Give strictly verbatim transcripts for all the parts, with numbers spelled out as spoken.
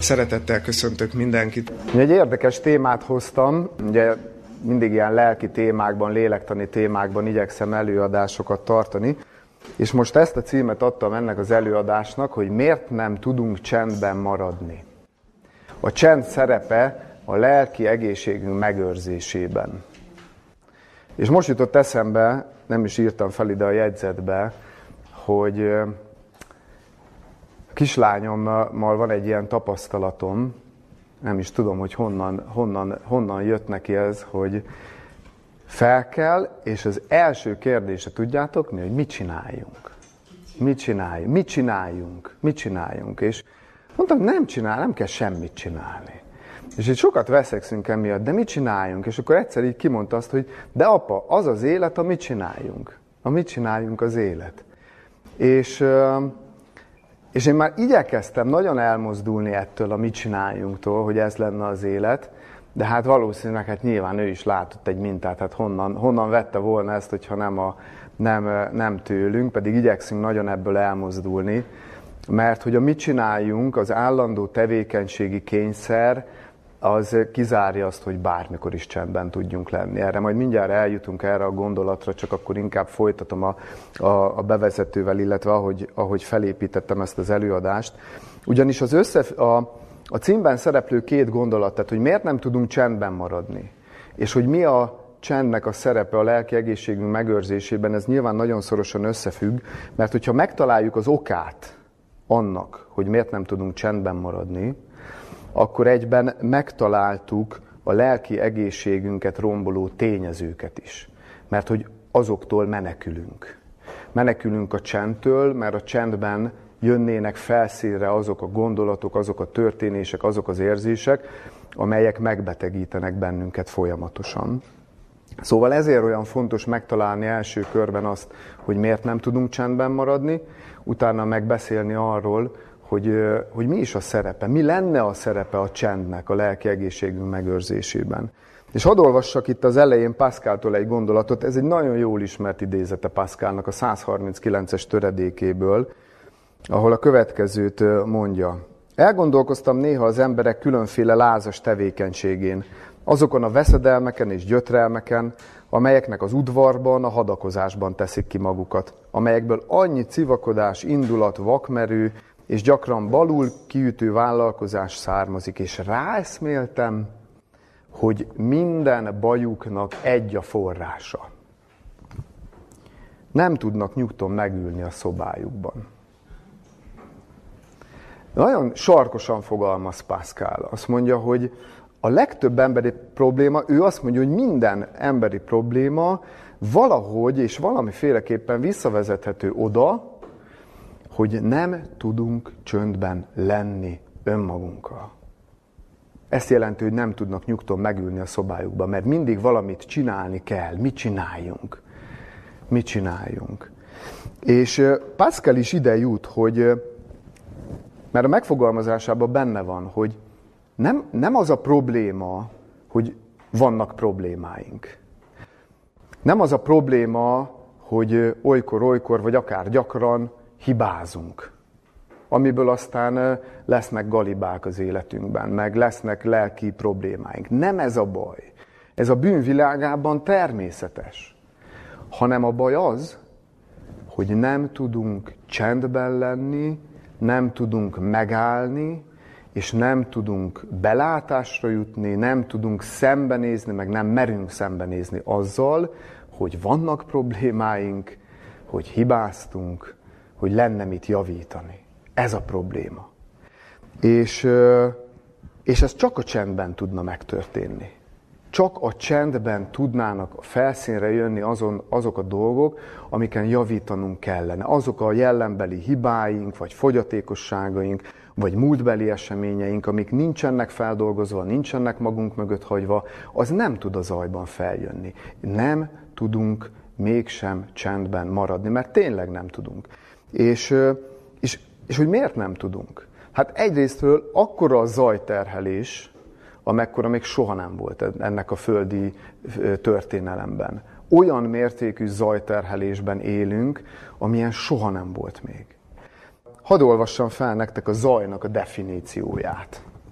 Szeretettel köszöntök mindenkit. Egy érdekes témát hoztam, ugye mindig ilyen lelki témákban, lélektani témákban igyekszem előadásokat tartani, és most ezt a címet adtam ennek az előadásnak, hogy miért nem tudunk csendben maradni. A csend szerepe a lelki egészségünk megőrzésében. És most jutott eszembe, nem is írtam fel ide a jegyzetbe, hogy kislányommal van egy ilyen tapasztalatom, nem is tudom, hogy honnan, honnan, honnan jött neki ez, hogy fel kell, és az első kérdése, tudjátok mi, hogy mit csináljunk? Mit csináljunk? Mit csináljunk? Mit csináljunk? És mondtam, nem csinál, nem kell semmit csinálni. És így sokat veszekszünk emiatt, de mit csináljunk? És akkor egyszer így kimondta azt, hogy de apa, az az élet, a mit csináljunk. A mit csináljunk az élet. És... És én már igyekeztem nagyon elmozdulni ettől a mit csináljunktól, hogy ez lenne az élet, de hát valószínűleg hát nyilván ő is látott egy mintát, hát honnan, honnan vette volna ezt, hogyha nem, a, nem, nem tőlünk, pedig igyekszünk nagyon ebből elmozdulni, mert hogy a mit csináljunk, az állandó tevékenységi kényszer, az kizárja azt, hogy bármikor is csendben tudjunk lenni. Erre majd mindjárt eljutunk erre a gondolatra, csak akkor inkább folytatom a, a, a bevezetővel, illetve ahogy, ahogy felépítettem ezt az előadást. Ugyanis az össze, a, a címben szereplő két gondolat, tehát hogy miért nem tudunk csendben maradni, és hogy mi a csendnek a szerepe a lelki egészségünk megőrzésében, ez nyilván nagyon szorosan összefügg, mert hogyha megtaláljuk az okát annak, hogy miért nem tudunk csendben maradni, akkor egyben megtaláltuk a lelki egészségünket romboló tényezőket is. Mert hogy azoktól menekülünk. Menekülünk a csendtől, mert a csendben jönnének felszínre azok a gondolatok, azok a történések, azok az érzések, amelyek megbetegítenek bennünket folyamatosan. Szóval ezért olyan fontos megtalálni első körben azt, hogy miért nem tudunk csendben maradni, utána megbeszélni arról, Hogy, hogy mi is a szerepe, mi lenne a szerepe a csendnek a lelki egészségünk megőrzésében. És hadd olvassak itt az elején Pascaltól egy gondolatot, ez egy nagyon jól ismert idézete Pascalnak a száz harminckilences töredékéből, ahol a következőt mondja. Elgondolkoztam néha az emberek különféle lázas tevékenységén, azokon a veszedelmeken és gyötrelmeken, amelyeknek az udvarban, a hadakozásban teszik ki magukat, amelyekből annyi civakodás, indulat, vakmerő, és gyakran balul kiütő vállalkozás származik, és ráeszméltem, hogy minden bajuknak egy a forrása. Nem tudnak nyugton megülni a szobájukban. Nagyon sarkosan fogalmaz Pascal. Azt mondja, hogy a legtöbb emberi probléma, ő azt mondja, hogy minden emberi probléma valahogy és valamiféleképpen visszavezethető oda, hogy nem tudunk csöndben lenni önmagunkkal. Ezt jelenti, hogy nem tudnak nyugton megülni a szobájukba, mert mindig valamit csinálni kell. Mit csináljunk? Mit csináljunk? És Pascal is ide jut, hogy, mert a megfogalmazásában benne van, hogy nem, nem az a probléma, hogy vannak problémáink. Nem az a probléma, hogy olykor-olykor, vagy akár gyakran hibázunk, amiből aztán lesznek galibák az életünkben, meg lesznek lelki problémáink. Nem ez a baj. Ez a bűnvilágában természetes. Hanem a baj az, hogy nem tudunk csendben lenni, nem tudunk megállni, és nem tudunk belátásra jutni, nem tudunk szembenézni, meg nem merünk szembenézni azzal, hogy vannak problémáink, hogy hibáztunk, hogy lenne mit javítani. Ez a probléma. És, és ez csak a csendben tudna megtörténni. Csak a csendben tudnának a felszínre jönni azon, azok a dolgok, amiken javítanunk kellene. Azok a jellembeli hibáink, vagy fogyatékosságaink, vagy múltbeli eseményeink, amik nincsenek feldolgozva, nincsenek magunk mögött hagyva, az nem tud a zajban feljönni. Nem tudunk mégsem csendben maradni, mert tényleg nem tudunk. És, és, és hogy miért nem tudunk? Hát egyrésztről akkora a zajterhelés, amekkora még soha nem volt ennek a földi történelemben. Olyan mértékű zajterhelésben élünk, amilyen soha nem volt még. Hadd olvassam fel nektek a zajnak a definícióját.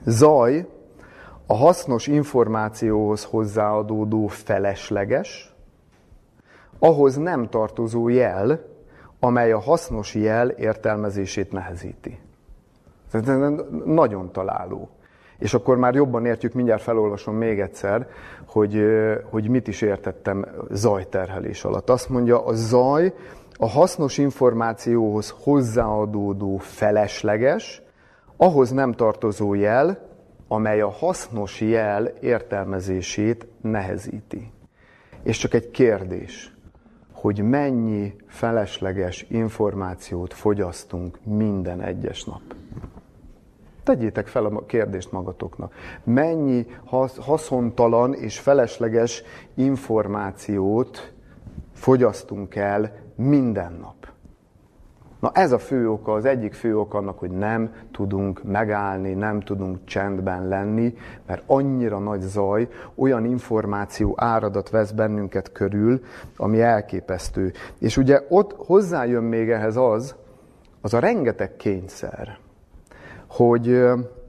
Zaj a hasznos információhoz hozzáadódó felesleges, ahhoz nem tartozó jel, amely a hasznos jel értelmezését nehezíti. Ez nagyon találó. És akkor már jobban értjük, mindjárt felolvasom még egyszer, hogy, hogy mit is értettem zajterhelés alatt. Azt mondja, a zaj a hasznos információhoz hozzáadódó felesleges, ahhoz nem tartozó jel, amely a hasznos jel értelmezését nehezíti. És csak egy kérdés, hogy mennyi felesleges információt fogyasztunk minden egyes nap. Tegyétek fel a kérdést magatoknak. Mennyi haszontalan és felesleges információt fogyasztunk el minden nap? Na ez a fő oka, az egyik fő oka annak, hogy nem tudunk megállni, nem tudunk csendben lenni, mert annyira nagy zaj, olyan információ áradat vesz bennünket körül, ami elképesztő. És ugye ott hozzájön még ehhez az, az a rengeteg kényszer, hogy,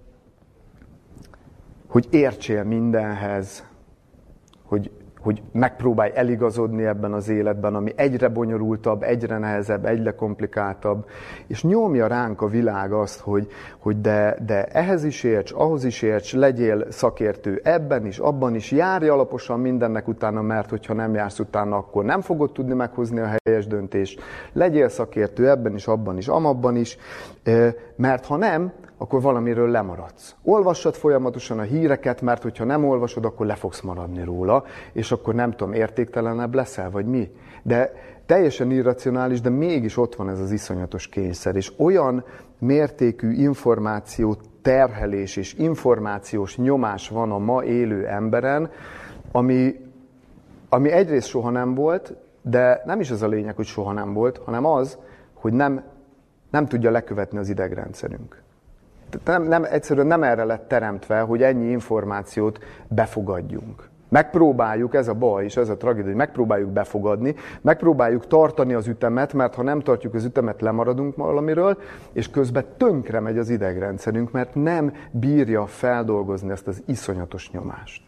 hogy értsél mindenhez, hogy, hogy megpróbálj eligazodni ebben az életben, ami egyre bonyolultabb, egyre nehezebb, egyre komplikáltabb, és nyomja ránk a világ azt, hogy, hogy de, de ehhez is érts, ahhoz is érts, legyél szakértő ebben is, abban is, járj alaposan mindennek utána, mert hogyha nem jársz utána, akkor nem fogod tudni meghozni a helyes döntést, legyél szakértő ebben is, abban is, amabban is, mert ha nem, akkor valamiről lemaradsz. Olvassad folyamatosan a híreket, mert hogyha nem olvasod, akkor le fogsz maradni róla, és akkor nem tudom, értéktelenebb leszel, vagy mi. De teljesen irracionális, de mégis ott van ez az iszonyatos kényszer, és olyan mértékű információ terhelés és információs nyomás van a ma élő emberen, ami, ami egyrészt soha nem volt, de nem is az a lényeg, hogy soha nem volt, hanem az, hogy nem, nem tudja lekövetni az idegrendszerünk. Nem, nem, egyszerűen nem erre lett teremtve, hogy ennyi információt befogadjunk. Megpróbáljuk, ez a baj és ez a tragédia, hogy megpróbáljuk befogadni, megpróbáljuk tartani az ütemet, mert ha nem tartjuk az ütemet, lemaradunk valamiről, és közben tönkre megy az idegrendszerünk, mert nem bírja feldolgozni ezt az iszonyatos nyomást.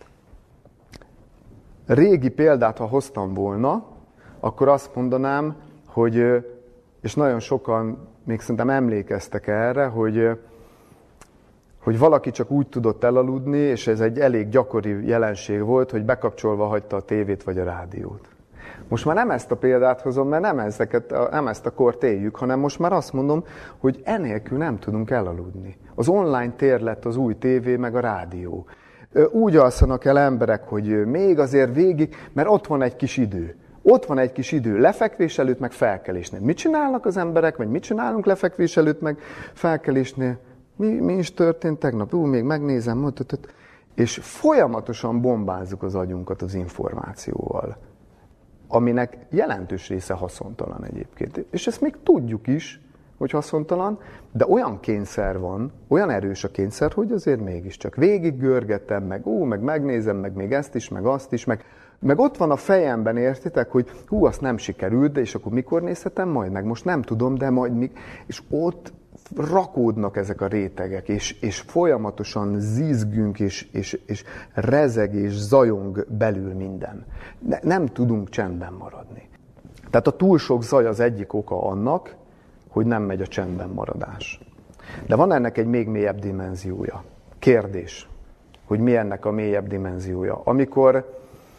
Régi példát, ha hoztam volna, akkor azt mondanám, hogy, és nagyon sokan még szerintem emlékeztek erre, hogy hogy valaki csak úgy tudott elaludni, és ez egy elég gyakori jelenség volt, hogy bekapcsolva hagyta a tévét vagy a rádiót. Most már nem ezt a példát hozom, mert nem, ezeket, nem ezt a kort éljük, hanem most már azt mondom, hogy enélkül nem tudunk elaludni. Az online tér lett az új tévé, meg a rádió. Úgy alszanak el emberek, hogy még azért végig, mert ott van egy kis idő. Ott van egy kis idő lefekvés előtt, meg felkelésnél. Mit csinálnak az emberek, vagy mit csinálunk lefekvés előtt, meg felkelésnél? Mi, mi is történt tegnap? Ú, még megnézem, és folyamatosan bombázzuk az agyunkat az információval, aminek jelentős része haszontalan egyébként. És ezt még tudjuk is, hogy haszontalan, de olyan kényszer van, olyan erős a kényszer, hogy azért mégiscsak végig görgetem, meg ú, meg megnézem, meg még ezt is, meg azt is, meg, meg ott van a fejemben, értitek, hogy hú, azt nem sikerült, de és akkor mikor nézhetem majd meg? Most nem tudom, de majd még, és ott rakódnak ezek a rétegek, és, és folyamatosan zizgünk, és, és, és rezeg, és zajong belül minden. Ne, nem tudunk csendben maradni. Tehát a túl sok zaj az egyik oka annak, hogy nem megy a csendben maradás. De van ennek egy még mélyebb dimenziója. Kérdés, hogy mi ennek a mélyebb dimenziója. Amikor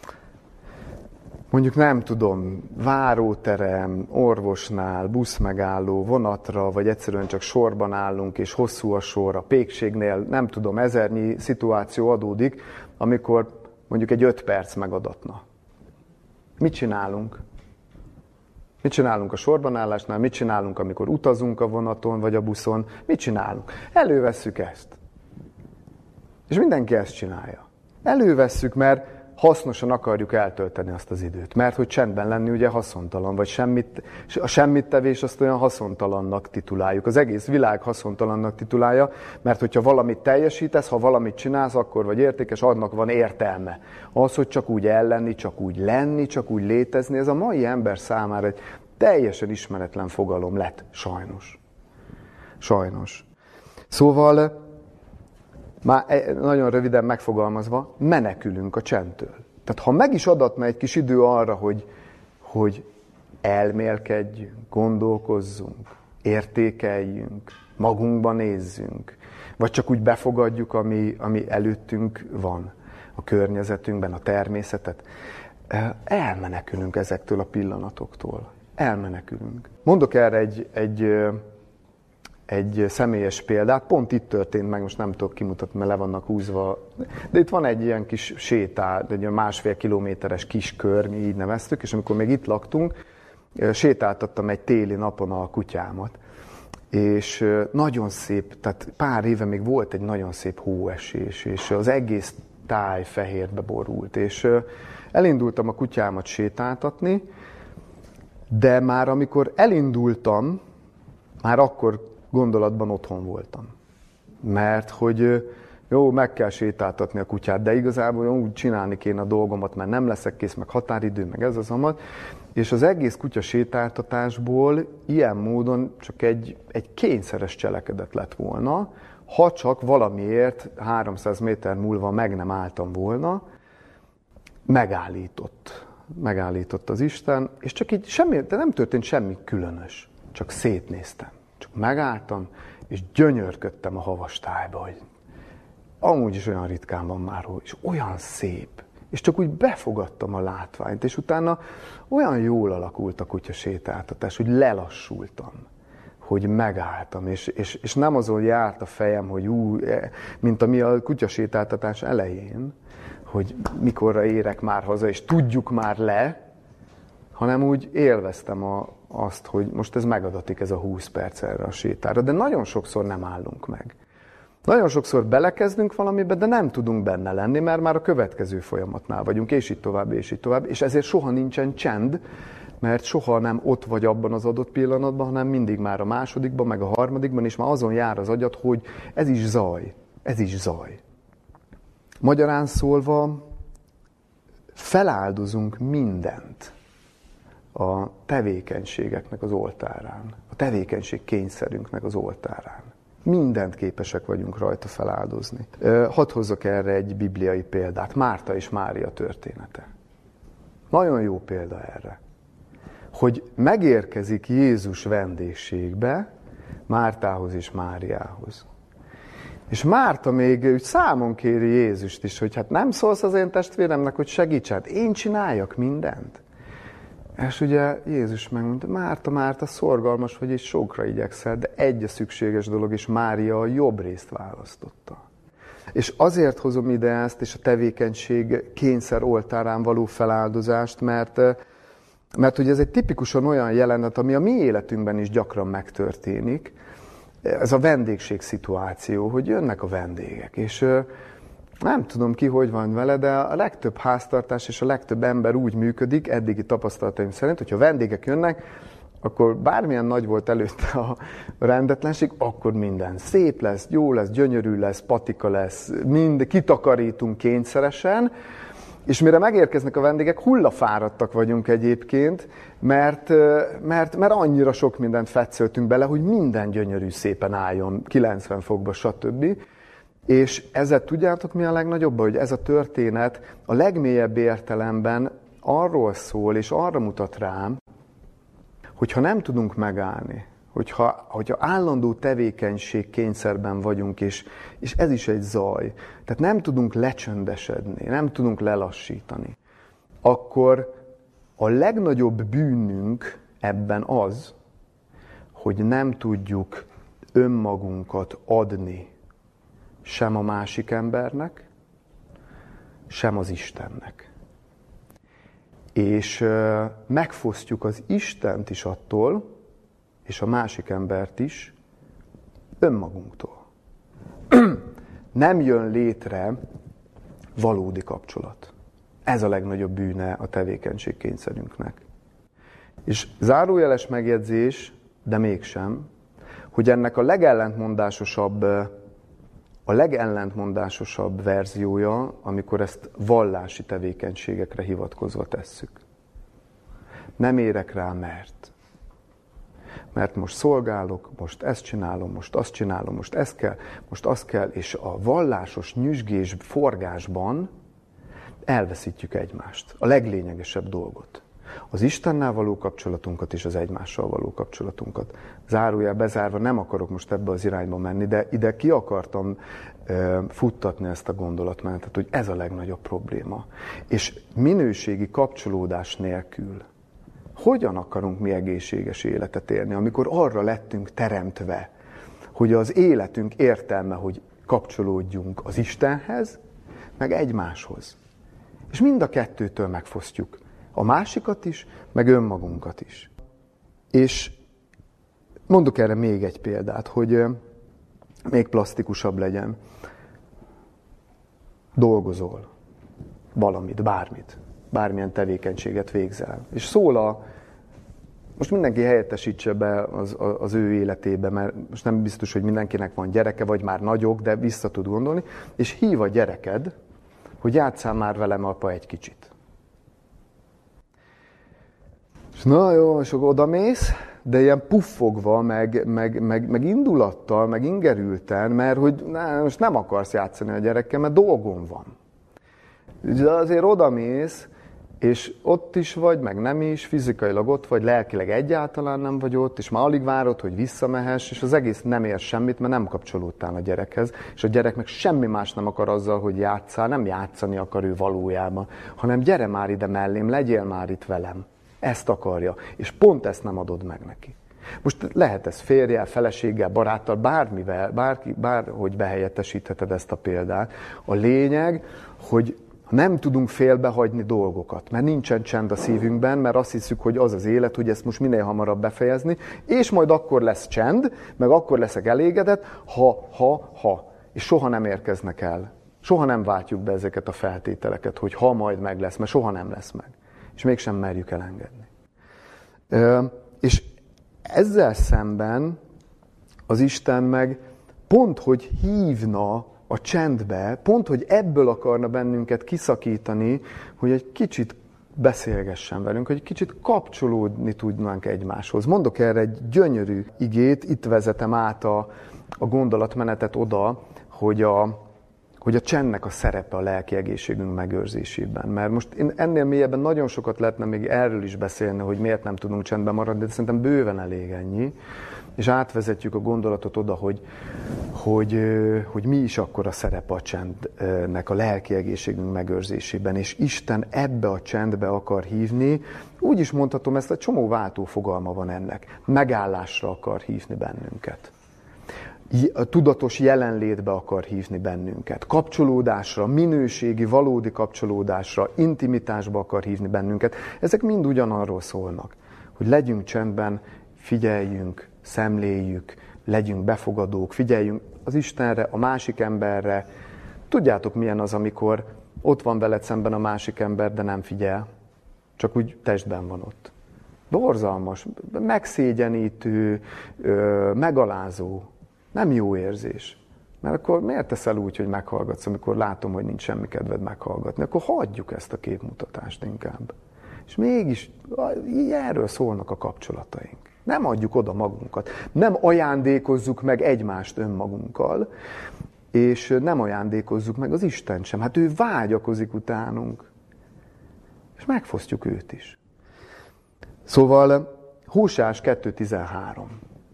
mondjuk nem tudom, váróterem, orvosnál, buszmegálló, vonatra, vagy egyszerűen csak sorban állunk, és hosszú a sor, a pékségnél, nem tudom, ezernyi szituáció adódik, amikor mondjuk egy öt perc megadatna. Mit csinálunk? Mit csinálunk a sorbanállásnál? Mit csinálunk, amikor utazunk a vonaton, vagy a buszon? Mit csinálunk? Elővesszük ezt. És mindenki ezt csinálja. Elővesszük, mert hasznosan akarjuk eltölteni azt az időt. Mert hogy csendben lenni ugye haszontalan, vagy semmit, a semmittevés azt olyan haszontalannak tituláljuk. Az egész világ haszontalannak titulálja, mert hogyha valamit teljesítesz, ha valamit csinálsz, akkor vagy értékes, annak van értelme. Az, hogy csak úgy ellenni, csak úgy lenni, csak úgy létezni, ez a mai ember számára egy teljesen ismeretlen fogalom lett, sajnos. Sajnos. Szóval Már nagyon röviden megfogalmazva, menekülünk a csendtől. Tehát ha meg is adatna egy kis idő arra, hogy, hogy elmélkedjünk, gondolkozzunk, értékeljünk, magunkba nézzünk, vagy csak úgy befogadjuk, ami, ami előttünk van, a környezetünkben, a természetet, elmenekülünk ezektől a pillanatoktól. Elmenekülünk. Mondok erre egy, egy, egy személyes példát, pont itt történt meg, most nem tudok kimutatni, mert le vannak húzva, de itt van egy ilyen kis sétál, egy másfél kilométeres kis kör, mi így neveztük, és amikor még itt laktunk, sétáltattam egy téli napon a kutyámat, és nagyon szép, tehát pár éve még volt egy nagyon szép hóesés, és az egész táj fehérbe borult, és elindultam a kutyámat sétáltatni, de már amikor elindultam, már akkor gondolatban otthon voltam. Mert hogy jó, meg kell sétáltatni a kutyát, de igazából úgy csinálni kéne a dolgomat, mert nem leszek kész, meg határidő, meg ez az amat. És az egész kutya sétáltatásból ilyen módon csak egy, egy kényszeres cselekedet lett volna, ha csak valamiért háromszáz méter múlva meg nem álltam volna, megállított. Megállított az Isten, és csak így semmi, de nem történt semmi különös. Csak szétnéztem. Csak megálltam, és gyönyörködtem a havastájba, hogy amúgy is olyan ritkán van már, és olyan szép. És csak úgy befogadtam a látványt, és utána olyan jól alakult a kutya sétáltatás, hogy lelassultam, hogy megálltam, és, és, és nem azon járt a fejem, hogy ú, mint ami a kutyasétáltatás elején, hogy mikorra érek már haza, és tudjuk már le, hanem úgy élveztem a, azt, hogy most ez megadatik, ez a húsz perc erre a sétára. De nagyon sokszor nem állunk meg. Nagyon sokszor belekezdünk valamibe, de nem tudunk benne lenni, mert már a következő folyamatnál vagyunk, és így tovább, és így tovább. És ezért soha nincsen csend, mert soha nem ott vagy abban az adott pillanatban, hanem mindig már a másodikban, meg a harmadikban, és már azon jár az agyad, hogy ez is zaj, ez is zaj. Magyarán szólva, feláldozunk mindent a tevékenységeknek az oltárán, a tevékenység kényszerünknek az oltárán. Mindent képesek vagyunk rajta feláldozni. Hadd hozzak erre egy bibliai példát, Márta és Mária története. Nagyon jó példa erre. Hogy megérkezik Jézus vendégségbe Mártához és Máriához. És Márta még úgy számon kéri Jézust is, hogy hát nem szólsz az én testvéremnek, hogy segíts, hát én csináljak mindent. És ugye Jézus megmondta, Márta, Márta, szorgalmas vagy, és sokra igyekszel, de egy a szükséges dolog, és Mária a jobb részt választotta. És azért hozom ide ezt, és a tevékenység kényszer oltárán való feláldozást, mert, mert ugye ez egy tipikusan olyan jelenet, ami a mi életünkben is gyakran megtörténik. Ez a vendégség szituáció, hogy jönnek a vendégek, és nem tudom ki, hogy van vele, de a legtöbb háztartás és a legtöbb ember úgy működik, eddigi tapasztalataim szerint, hogyha vendégek jönnek, akkor bármilyen nagy volt előtte a rendetlenség, akkor minden szép lesz, jó lesz, gyönyörű lesz, patika lesz, mind kitakarítunk kényszeresen, és mire megérkeznek a vendégek, hullafáradtak vagyunk egyébként, mert, mert, mert annyira sok mindent fetszöltünk bele, hogy minden gyönyörű szépen álljon, kilencven fokba, stb. És ezzel tudjátok, mi a legnagyobb, hogy ez a történet a legmélyebb értelemben arról szól, és arra mutat rám, hogyha nem tudunk megállni, hogyha, hogyha állandó tevékenység kényszerben vagyunk, és, és ez is egy zaj, tehát nem tudunk lecsöndesedni, nem tudunk lelassítani, akkor a legnagyobb bűnünk ebben az, hogy nem tudjuk önmagunkat adni sem a másik embernek, sem az Istennek. És megfosztjuk az Istent is attól, és a másik embert is önmagunktól. Nem jön létre valódi kapcsolat. Ez a legnagyobb bűne a tevékenységkényszerünknek. És zárójeles megjegyzés, de mégsem, hogy ennek a legellentmondásosabb, a legellentmondásosabb verziója, amikor ezt vallási tevékenységekre hivatkozva tesszük. Nem érek rá, mert. Mert most szolgálok, most ezt csinálom, most azt csinálom, most ezt kell, most azt kell, és a vallásos nyüzsgés, forgásban elveszítjük egymást, a leglényegesebb dolgot. Az Istennel való kapcsolatunkat és az egymással való kapcsolatunkat. Zárójel bezárva, nem akarok most ebbe az irányba menni, de ide ki akartam e, futtatni ezt a gondolatmenetet, hogy ez a legnagyobb probléma. És minőségi kapcsolódás nélkül hogyan akarunk mi egészséges életet élni, amikor arra lettünk teremtve, hogy az életünk értelme, hogy kapcsolódjunk az Istenhez, meg egymáshoz. És mind a kettőtől megfosztjuk. A másikat is, meg önmagunkat is. És mondok erre még egy példát, hogy még plastikusabb legyen. Dolgozol valamit, bármit, bármilyen tevékenységet végzel. És szól a, most mindenki helyettesítse be az, az ő életébe, mert most nem biztos, hogy mindenkinek van gyereke, vagy már nagyok, de vissza tud gondolni, és hív a gyereked, hogy játsszál már velem, apa, egy kicsit. És na jó, és akkor odamész, de ilyen puffogva, meg, meg, meg, meg indulattal, meg ingerülten, mert hogy na, most nem akarsz játszani a gyerekkel, mert dolgom van. De azért odamész, és ott is vagy, meg nem is, fizikailag ott vagy, lelkileg egyáltalán nem vagy ott, és már alig várod, hogy visszamehess, és az egész nem ér semmit, mert nem kapcsolódtál a gyerekhez, és a gyerek meg semmi más nem akar azzal, hogy játsszál, nem játszani akar ő valójában, hanem gyere már ide mellém, legyél már itt velem. Ezt akarja, és pont ezt nem adod meg neki. Most lehet ez férjel, feleséggel, baráttal, bármivel, bárki, bárhogy behelyettesítheted ezt a példát. A lényeg, hogy nem tudunk félbehagyni dolgokat, mert nincsen csend a szívünkben, mert azt hiszük, hogy az az élet, hogy ezt most minél hamarabb befejezni, és majd akkor lesz csend, meg akkor leszek elégedett, ha, ha, ha. És soha nem érkeznek el. Soha nem váltjuk be ezeket a feltételeket, hogy ha majd meg lesz, mert soha nem lesz meg. És mégsem merjük elengedni. És ezzel szemben az Isten meg pont, hogy hívna a csendbe, pont, hogy ebből akarna bennünket kiszakítani, hogy egy kicsit beszélgessen velünk, hogy egy kicsit kapcsolódni tudnánk egymáshoz. Mondok erre egy gyönyörű igét, itt vezetem át a, a gondolatmenetet oda, hogy a hogy a csendnek a szerepe a lelki egészségünk megőrzésében. Mert most én ennél mélyebben nagyon sokat lehetne még erről is beszélni, hogy miért nem tudunk csendben maradni, de szerintem bőven elég ennyi. És átvezetjük a gondolatot oda, hogy, hogy, hogy mi is akkor a szerepe a csendnek a lelki egészségünk megőrzésében. És Isten ebbe a csendbe akar hívni, úgy is mondhatom, ezt egy csomó váltó fogalma van ennek. Megállásra akar hívni bennünket. A tudatos jelenlétbe akar hívni bennünket. Kapcsolódásra, minőségi, valódi kapcsolódásra, intimitásba akar hívni bennünket. Ezek mind ugyanarról szólnak, hogy legyünk csendben, figyeljünk, szemléljük, legyünk befogadók, figyeljünk az Istenre, a másik emberre. Tudjátok, milyen az, amikor ott van veled szemben a másik ember, de nem figyel, csak úgy testben van ott. Borzalmas, megszégyenítő, megalázó. Nem jó érzés. Mert akkor miért teszel úgy, hogy meghallgatsz, amikor látom, hogy nincs semmi kedved meghallgatni? Akkor hagyjuk ezt a képmutatást inkább. És mégis erről szólnak a kapcsolataink. Nem adjuk oda magunkat. Nem ajándékozzuk meg egymást önmagunkkal, és nem ajándékozzuk meg az Istent sem. Hát ő vágyakozik utánunk. És megfosztjuk őt is. Szóval Hóseás kettő tizenhárom.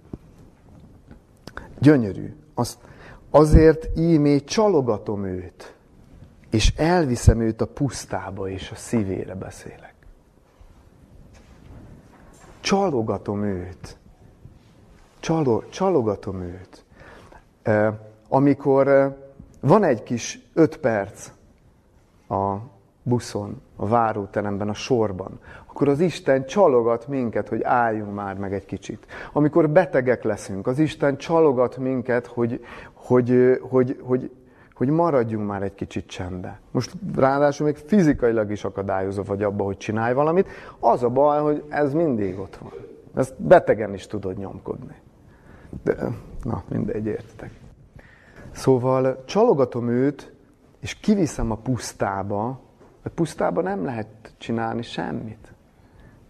Gyönyörű. Azt, azért ímé csalogatom őt, és elviszem őt a pusztába, és a szívére beszélek. Csalogatom őt. Csalo, csalogatom őt. E, amikor e, van egy kis öt perc a buszon, a váróteremben, a sorban, akkor az Isten csalogat minket, hogy álljunk már meg egy kicsit. Amikor betegek leszünk, az Isten csalogat minket, hogy, hogy, hogy, hogy, hogy maradjunk már egy kicsit csendbe. Most ráadásul még fizikailag is akadályozva vagy abba, hogy csinálj valamit. Az a baj, hogy ez mindig ott van. Ezt betegen is tudod nyomkodni. De, na, mindegy, értitek. Szóval csalogatom őt, és kiviszem a pusztába. A pusztában nem lehet csinálni semmit.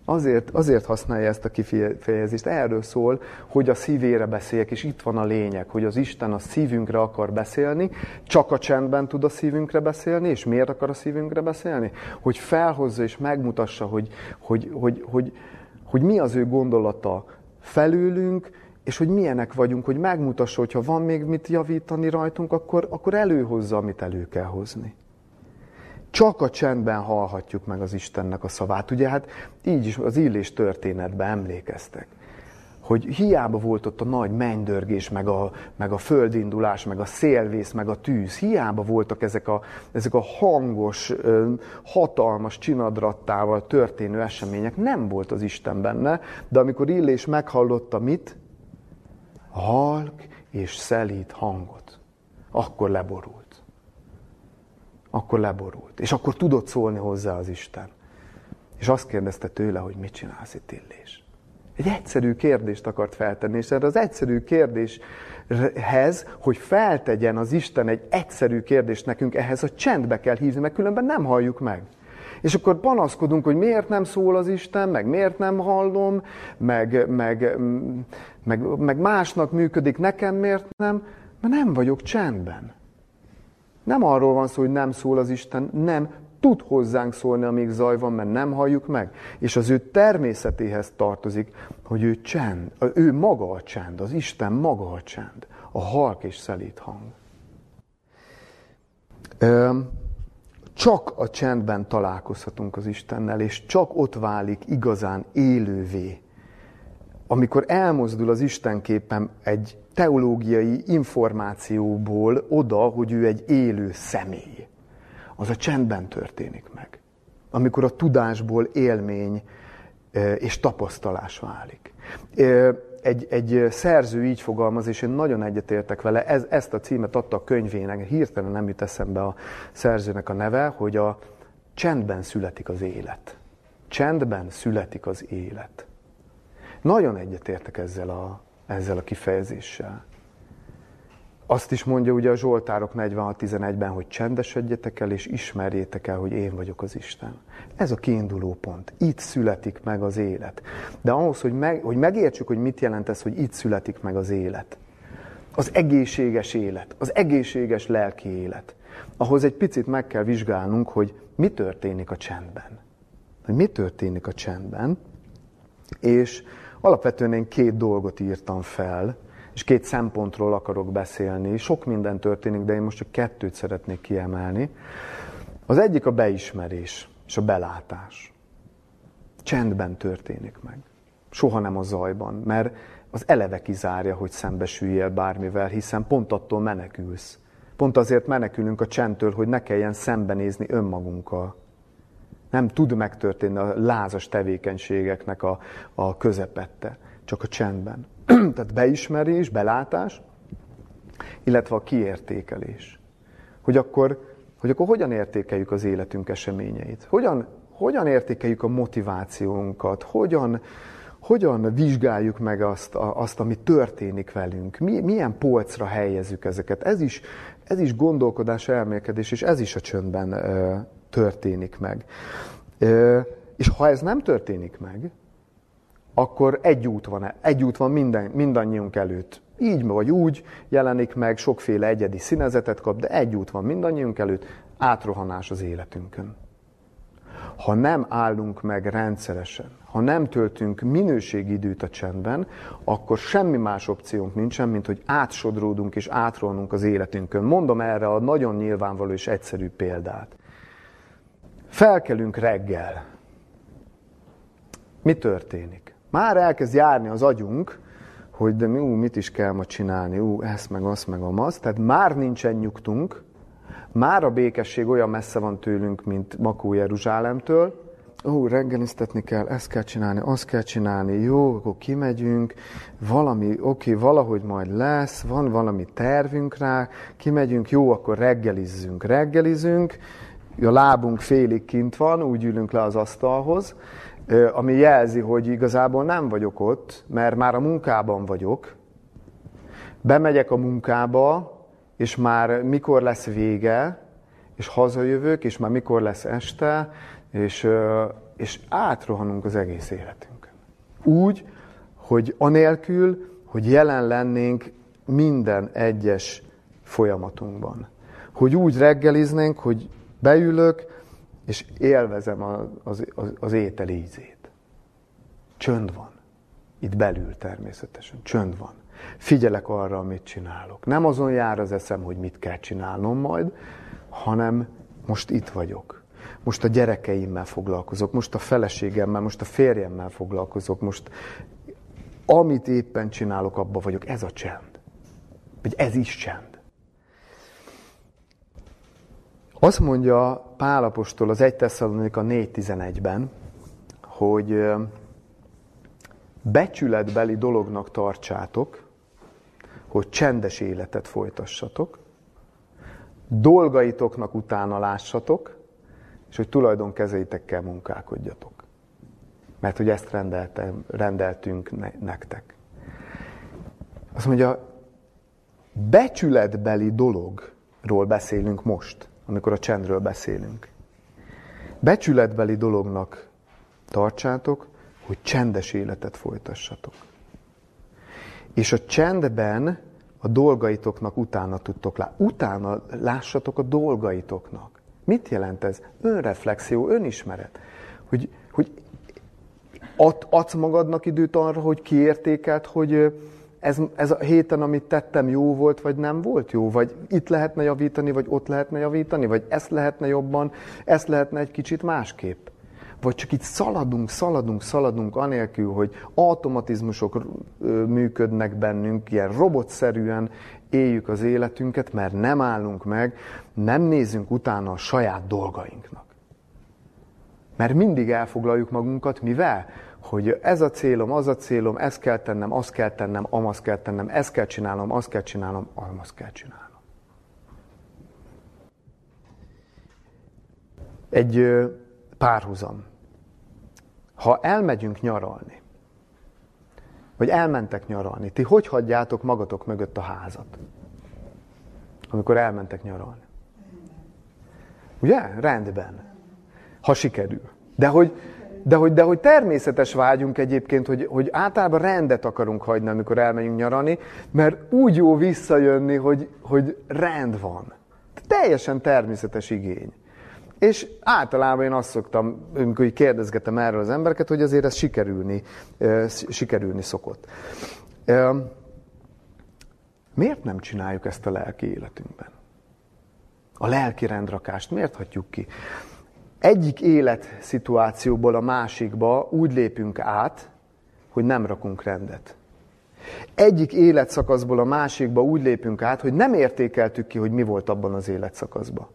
Azért, azért használja ezt a kifejezést. Erről szól, hogy a szívére beszéljek, és itt van a lényeg, hogy az Isten a szívünkre akar beszélni, csak a csendben tud a szívünkre beszélni, és miért akar a szívünkre beszélni? Hogy felhozza és megmutassa, hogy, hogy, hogy, hogy, hogy mi az ő gondolata felőlünk, és hogy milyenek vagyunk, hogy megmutassa, hogyha van még mit javítani rajtunk, akkor, akkor előhozza, amit elő kell hozni. Csak a csendben hallhatjuk meg az Istennek a szavát. Ugye hát így is az Illés történetben emlékeztek, hogy hiába volt ott a nagy mennydörgés, meg a, meg a földindulás, meg a szélvész, meg a tűz. Hiába voltak ezek a, ezek a hangos, hatalmas csinadrattával történő események. Nem volt az Isten benne, de amikor Illés meghallotta mit? Halk és szelíd hangot. Akkor leborult. Akkor leborult. És akkor tudott szólni hozzá az Isten. És azt kérdezte tőle, hogy mit csinálsz itt, Illés. Egy egyszerű kérdést akart feltenni, és erre az egyszerű kérdéshez, hogy feltegyen az Isten egy egyszerű kérdést nekünk, ehhez a csendbe kell hívni, mert különben nem halljuk meg. És akkor panaszkodunk, hogy miért nem szól az Isten, meg miért nem hallom, meg, meg, meg, meg másnak működik, nekem miért nem, mert nem vagyok csendben. Nem arról van szó, hogy nem szól az Isten, nem tud hozzánk szólni, amíg zaj van, mert nem halljuk meg. És az ő természetéhez tartozik, hogy ő csend, ő maga a csend, az Isten maga a csend, a halk és szelíd hang. Csak a csendben találkozhatunk az Istennel, és csak ott válik igazán élővé. Amikor elmozdul az Istenképpen egy teológiai információból oda, hogy ő egy élő személy. Az a csendben történik meg. Amikor a tudásból élmény és tapasztalás válik. Egy, egy szerző így fogalmaz, és én nagyon egyetértek vele, ez, ezt a címet adta a könyvének, hirtelen nem jut eszembe a szerzőnek a neve, hogy a csendben születik az élet. Csendben születik az élet. Nagyon egyetértek ezzel a, ezzel a kifejezéssel. Azt is mondja ugye a Zsoltárok negyvenhat tizenegyben, hogy csendesedjetek el, és ismerjétek el, hogy én vagyok az Isten. Ez a kiinduló pont. Itt születik meg az élet. De ahhoz, hogy, meg, hogy megértsük, hogy mit jelent ez, hogy itt születik meg az élet. Az egészséges élet, az egészséges lelki élet. Ahhoz egy picit meg kell vizsgálnunk, hogy mi történik a csendben. Hogy mi történik a csendben, és alapvetően én két dolgot írtam fel, és két szempontról akarok beszélni. Sok minden történik, de én most csak kettőt szeretnék kiemelni. Az egyik a beismerés és a belátás. Csendben történik meg. Soha nem a zajban, mert az eleve kizárja, hogy szembesüljél bármivel, hiszen pont attól menekülsz. Pont azért menekülünk a csendtől, hogy ne kelljen szembenézni önmagunkkal. Nem tud megtörténni a lázas tevékenységeknek a, a közepette, csak a csendben. Tehát beismerés, belátás, illetve a kiértékelés. Hogy akkor, hogy akkor hogyan értékeljük az életünk eseményeit? Hogyan, hogyan értékeljük a motivációnkat? Hogyan, hogyan vizsgáljuk meg azt, azt, ami történik velünk? Mi, milyen polcra helyezzük ezeket? Ez is, ez is gondolkodás, elmélkedés, és ez is a csöndben ö, történik meg. Ö, és ha ez nem történik meg, akkor egy út van, egy út van minden, mindannyiunk előtt. Így vagy úgy jelenik meg, sokféle egyedi színezetet kap, de egy út van mindannyiunk előtt, átrohanás az életünkön. Ha nem állunk meg rendszeresen, ha nem töltünk minőségi időt a csendben, akkor semmi más opciónk nincsen, mint hogy átsodródunk és átrohanunk az életünkön. Mondom erre a nagyon nyilvánvaló és egyszerű példát. Felkelünk reggel. Mi történik? Már elkezd járni az agyunk, hogy de mi, ú, mit is kell ma csinálni, ú, ezt meg azt meg amazt, tehát már nincsen nyugtunk, már a békesség olyan messze van tőlünk, mint Makó Jeruzsálemtől. Ó, reggeliztetni kell, ezt kell csinálni, azt kell csinálni, jó, akkor kimegyünk, valami, oké, valahogy majd lesz, van valami tervünk rá, kimegyünk, jó, akkor reggelizzünk, reggelizünk, a lábunk félig kint van, úgy ülünk le az asztalhoz, ami jelzi, hogy igazából nem vagyok ott, mert már a munkában vagyok. Bemegyek a munkába, és már mikor lesz vége, és hazajövök, és már mikor lesz este, és és átrohanunk az egész életünkön. Úgy, hogy anélkül, hogy jelen lennénk minden egyes folyamatunkban. Hogy úgy reggeliznénk, hogy beülök, és élvezem az, az, az étel ízét. Csönd van. Itt belül természetesen. Csönd van. Figyelek arra, amit csinálok. Nem azon jár az eszem, hogy mit kell csinálnom majd, hanem most itt vagyok. Most a gyerekeimmel foglalkozok, most a feleségemmel, most a férjemmel foglalkozok, most amit éppen csinálok, abban vagyok. Ez a csend. Vagy ez is csend. Azt mondja Pál apostol az Első Tesszalonika négy tizenegyben, hogy becsületbeli dolognak tartsátok, hogy csendes életet folytassatok, dolgaitoknak utána lássatok, és hogy tulajdonkezeitekkel munkálkodjatok. Mert hogy ezt rendeltem, rendeltünk nektek. Azt mondja, becsületbeli dologról beszélünk most, amikor a csendről beszélünk. Becsületbeli dolognak tartsátok, hogy csendes életet folytassatok. És a csendben a dolgaitoknak utána tudtok látni. Utána lássatok a dolgaitoknak. Mit jelent ez? Önreflexió, önismeret. Hogy, hogy ad, adsz magadnak időt arra, hogy kiértékeld, hogy ez, ez a héten, amit tettem, jó volt, vagy nem volt jó? Vagy itt lehetne javítani, vagy ott lehetne javítani? Vagy ezt lehetne jobban, ezt lehetne egy kicsit másképp? Vagy csak itt szaladunk, szaladunk, szaladunk, anélkül, hogy automatizmusok működnek bennünk, ilyen robotszerűen éljük az életünket, mert nem állunk meg, nem nézzünk utána a saját dolgainknak. Mert mindig elfoglaljuk magunkat, mivel? Hogy ez a célom, az a célom, ezt kell tennem, azt kell tennem, amazt kell tennem, ezt kell csinálnom, azt kell csinálnom, amazt kell csinálnom. Egy párhuzam. Ha elmegyünk nyaralni, vagy elmentek nyaralni, ti hogy hagyjátok magatok mögött a házat, amikor elmentek nyaralni? Ugye? Rendben. Ha sikerül. De hogy, de hogy, de hogy természetes vágyunk egyébként, hogy, hogy általában rendet akarunk hagyni, amikor elmegyünk nyaralni, mert úgy jó visszajönni, hogy, hogy rend van. Teljesen természetes igény. És általában én azt szoktam, amikor kérdezgetem erről az embereket, hogy azért ez sikerülni, sikerülni szokott. Miért nem csináljuk ezt a lelki életünkben? A lelki rendrakást miért hagyjuk ki? Egyik életszituációból a másikba úgy lépünk át, hogy nem rakunk rendet. Egyik életszakaszból a másikba úgy lépünk át, hogy nem értékeltük ki, hogy mi volt abban az életszakaszban.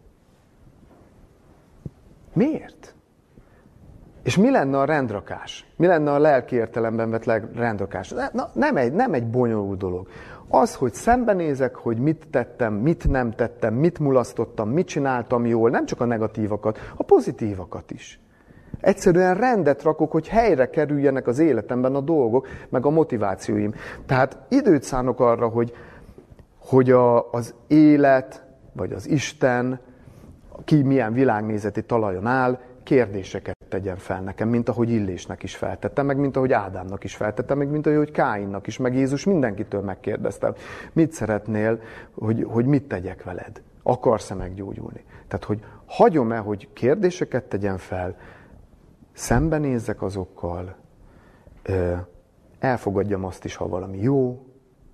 Miért? És mi lenne a rendrakás? Mi lenne a lelki értelemben vett rendrakás? Na, nem, egy, nem egy bonyolult dolog. Az, hogy szembenézek, hogy mit tettem, mit nem tettem, mit mulasztottam, mit csináltam jól, nem csak a negatívakat, a pozitívakat is. Egyszerűen rendet rakok, hogy helyre kerüljenek az életemben a dolgok, meg a motivációim. Tehát időt szánok arra, hogy, hogy a, az élet, vagy az Isten, ki milyen világnézeti talajon áll, kérdéseket tegyen fel nekem, mint ahogy Illésnek is feltettem, meg mint ahogy Ádámnak is feltettem, meg mint ahogy Káinnak is, meg Jézus mindenkitől megkérdeztem. Mit szeretnél, hogy, hogy mit tegyek veled? Akarsz-e meggyógyulni? Tehát, hogy hagyom-e, hogy kérdéseket tegyen fel, szembenézzek azokkal, elfogadjam azt is, ha valami jó,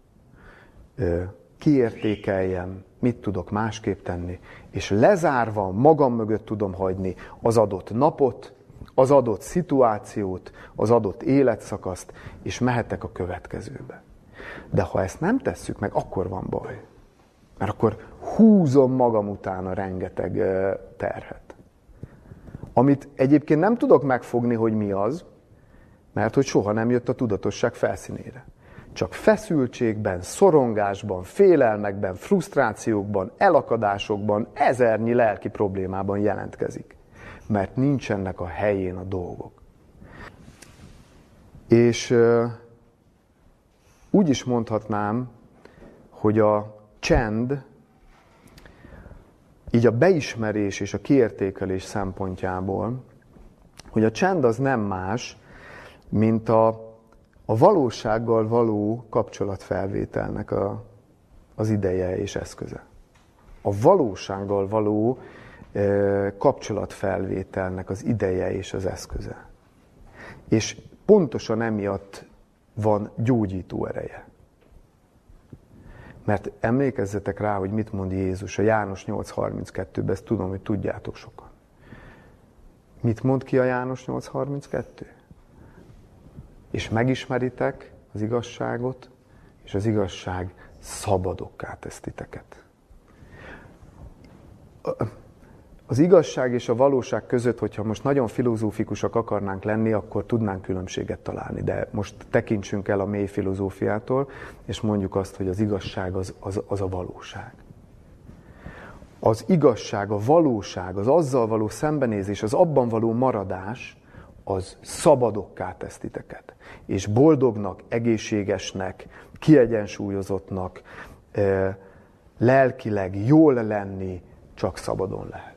kiértékeljem, mit tudok másképp tenni, és lezárva magam mögött tudom hagyni az adott napot, az adott szituációt, az adott életszakaszt, és mehetek a következőbe. De ha ezt nem tesszük meg, akkor van baj. Mert akkor húzom magam utána rengeteg terhet. Amit egyébként nem tudok megfogni, hogy mi az, mert hogy soha nem jött a tudatosság felszínére. Csak feszültségben, szorongásban, félelmekben, frusztrációkban, elakadásokban, ezernyi lelki problémában jelentkezik. Mert nincsenek a helyén a dolgok. És uh, úgy is mondhatnám, hogy a csend, így a beismerés és a kiértékelés szempontjából hogy a csend az nem más, mint a, a valósággal való kapcsolatfelvételnek a, az ideje és eszköze. A valósággal való e, kapcsolatfelvételnek az ideje és az eszköze. És pontosan emiatt van gyógyító ereje. Mert emlékezzetek rá, hogy mit mond Jézus a János nyolc harminckettőben, ezt tudom, hogy tudjátok sokan. Mit mond ki a János nyolc harminckettő? És megismeritek az igazságot, és az igazság szabadokká tesz titeket. Az igazság és a valóság között, hogyha most nagyon filozófikusak akarnánk lenni, akkor tudnánk különbséget találni. De most tekintsünk el a mély filozófiától, és mondjuk azt, hogy az igazság az, az, az a valóság. Az igazság, a valóság, az azzal való szembenézés, az abban való maradás, az szabadokká tesz titeket. És boldognak, egészségesnek, kiegyensúlyozottnak, lelkileg jól lenni csak szabadon lehet.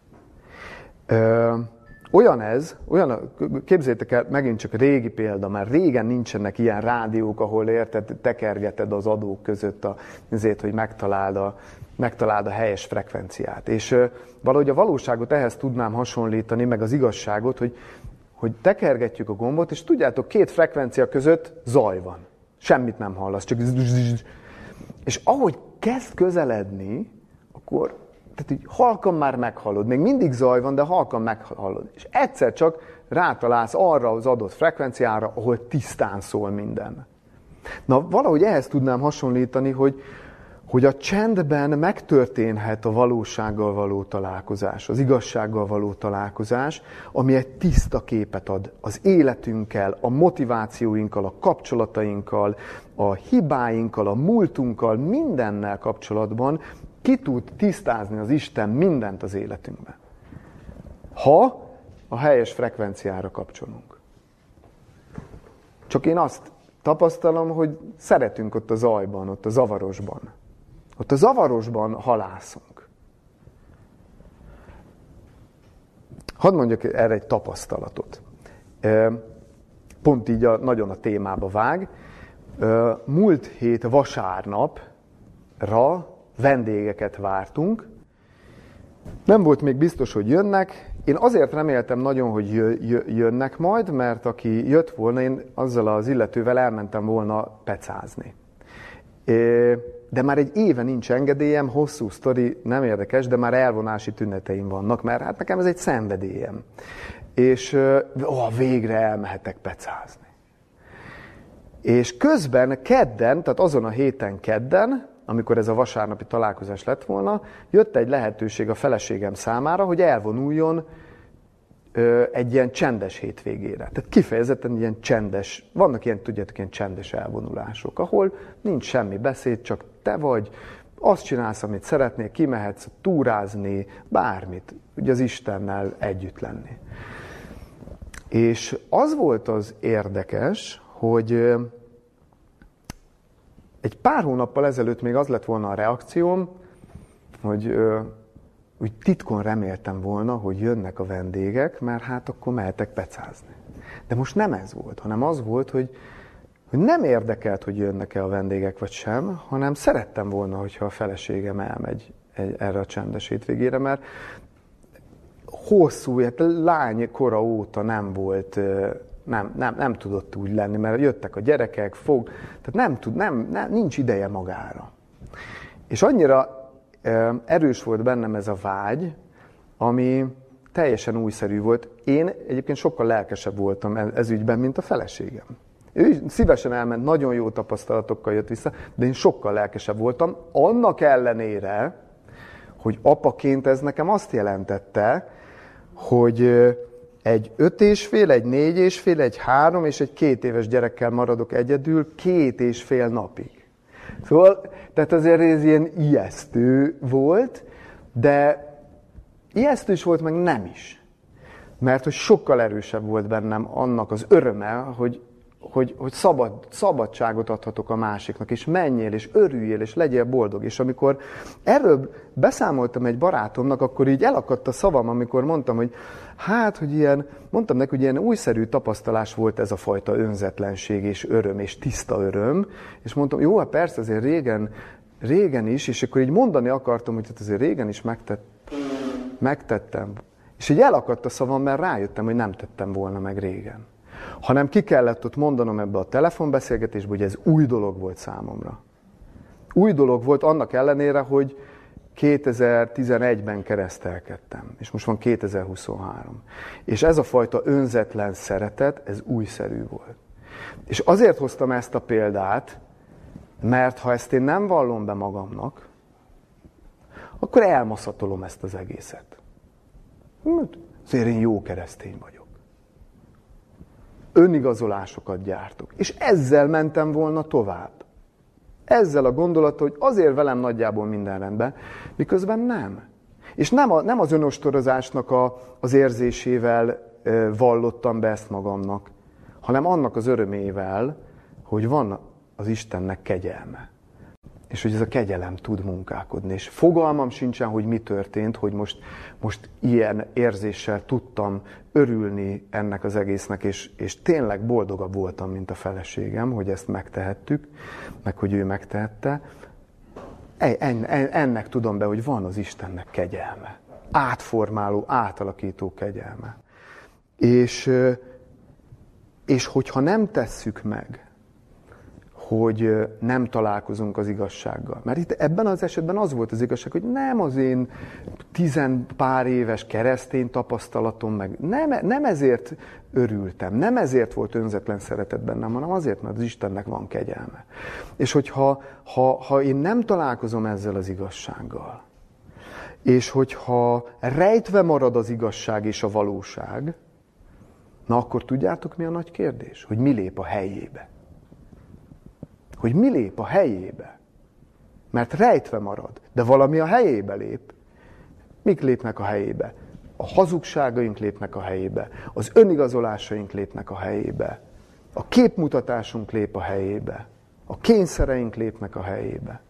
Ö, olyan ez, olyan, képzeljétek el, megint csak régi példa, mert régen nincsenek ilyen rádiók, ahol érted, tekergeted az adók között a, azért, hogy megtaláld a, megtaláld a helyes frekvenciát. És ö, valahogy a valóságot ehhez tudnám hasonlítani, meg az igazságot, hogy, hogy tekergetjük a gombot, és tudjátok, két frekvencia között zaj van. Semmit nem hallasz, csak és ahogy kezd közeledni, akkor tehát így halkan már meghallod, még mindig zaj van, de halkan meghallod. És egyszer csak rátalálsz arra az adott frekvenciára, ahol tisztán szól minden. Na, valahogy ehhez tudnám hasonlítani, hogy, hogy a csendben megtörténhet a valósággal való találkozás, az igazsággal való találkozás, ami egy tiszta képet ad az életünkkel, a motivációinkkal, a kapcsolatainkkal, a hibáinkkal, a múltunkkal, mindennel kapcsolatban, ki tud tisztázni az Isten mindent az életünkben. Ha a helyes frekvenciára kapcsolunk. Csak én azt tapasztalom, hogy szeretünk ott a zajban, ott a zavarosban. Ott a zavarosban halászunk. Hadd mondjak erre egy tapasztalatot. Pont így a, nagyon a témába vág. Múlt hét vasárnapra vendégeket vártunk. Nem volt még biztos, hogy jönnek. Én azért reméltem nagyon, hogy jönnek majd, mert aki jött volna, én azzal az illetővel elmentem volna pecázni. De már egy éve nincs engedélyem, hosszú sztori, nem érdekes, de már elvonási tüneteim vannak, mert hát nekem ez egy szenvedélyem. És ó, végre elmehetek pecázni. És közben kedden, tehát azon a héten kedden, amikor ez a vasárnapi találkozás lett volna, jött egy lehetőség a feleségem számára, hogy elvonuljon ö, egy ilyen csendes hétvégére. Tehát kifejezetten ilyen csendes, vannak ilyen, tudjátok, ilyen csendes elvonulások, ahol nincs semmi beszéd, csak te vagy, azt csinálsz, amit szeretnél, kimehetsz túrázni, bármit, ugye az Istennel együtt lenni. És az volt az érdekes, hogy egy pár hónappal ezelőtt még az lett volna a reakcióm, hogy ö, úgy titkon reméltem volna, hogy jönnek a vendégek, mert hát akkor mehetek pecázni. De most nem ez volt, hanem az volt, hogy, hogy nem érdekelt, hogy jönnek-e a vendégek vagy sem, hanem szerettem volna, hogyha a feleségem elmegy egy, erre a csendes hétvégére, mert hosszú, hát lány kora óta nem volt... Nem, nem, nem tudott úgy lenni, mert jöttek a gyerekek, fog, tehát nem tud, nem, nem, nincs ideje magára. És annyira e, erős volt bennem ez a vágy, ami teljesen újszerű volt. Én egyébként sokkal lelkesebb voltam ez, ez ügyben, mint a feleségem. Ő szívesen elment, nagyon jó tapasztalatokkal jött vissza, de én sokkal lelkesebb voltam, annak ellenére, hogy apaként ez nekem azt jelentette, hogy egy öt és fél, egy négy és fél, egy három és egy két éves gyerekkel maradok egyedül két és fél napig. Szóval, tehát azért ez ilyen ijesztő volt, de ijesztő is volt, meg nem is. Mert hogy sokkal erősebb volt bennem annak az öröme, hogy hogy, hogy szabad, szabadságot adhatok a másiknak, és menjél, és örüljél, és legyél boldog. És amikor erről beszámoltam egy barátomnak, akkor így elakadt a szavam, amikor mondtam, hogy hát, hogy ilyen, mondtam neki, hogy ilyen újszerű tapasztalás volt ez a fajta önzetlenség, és öröm, és tiszta öröm. És mondtam, jó, hát persze, azért régen, régen is, és akkor így mondani akartam, hogy hát azért régen is megtett, megtettem. És így elakadt a szavam, mert rájöttem, hogy nem tettem volna meg régen. Hanem ki kellett ott mondanom ebbe a telefonbeszélgetésbe, hogy ez új dolog volt számomra. Új dolog volt annak ellenére, hogy kétezer-tizenegyben keresztelkedtem, és most van kétezer-huszonhárom. És ez a fajta önzetlen szeretet, ez újszerű volt. És azért hoztam ezt a példát, mert ha ezt én nem vallom be magamnak, akkor elmaszatolom ezt az egészet. Azért én jó keresztény vagyok. Önigazolásokat gyártok. És ezzel mentem volna tovább. Ezzel a gondolattal, hogy azért velem nagyjából minden rendben, miközben nem. És nem, a, nem az önostorozásnak a, az érzésével e, vallottam be ezt magamnak, hanem annak az örömével, hogy van az Istennek kegyelme. És hogy ez a kegyelem tud munkálkodni. És fogalmam sincsen, hogy mi történt, hogy most, most ilyen érzéssel tudtam örülni ennek az egésznek, és, és tényleg boldogabb voltam, mint a feleségem, hogy ezt megtehettük, meg hogy ő megtehette. En, en, ennek tudom be, hogy van az Istennek kegyelme. Átformáló, átalakító kegyelme. És, és hogyha nem tesszük meg, hogy nem találkozunk az igazsággal. Mert itt ebben az esetben az volt az igazság, hogy nem az én tizen pár éves keresztény tapasztalatom, meg nem, nem ezért örültem, nem ezért volt önzetlen szeretet bennem, hanem azért, mert az Istennek van kegyelme. És hogyha ha, ha én nem találkozom ezzel az igazsággal, és hogyha rejtve marad az igazság és a valóság, na akkor tudjátok, mi a nagy kérdés? Hogy mi lép a helyébe. Hogy mi lép a helyébe. Mert rejtve marad, de valami a helyébe lép. Mik lépnek a helyébe? A hazugságaink lépnek a helyébe, az önigazolásaink lépnek a helyébe, a képmutatásunk lép a helyébe, a kényszereink lépnek a helyébe.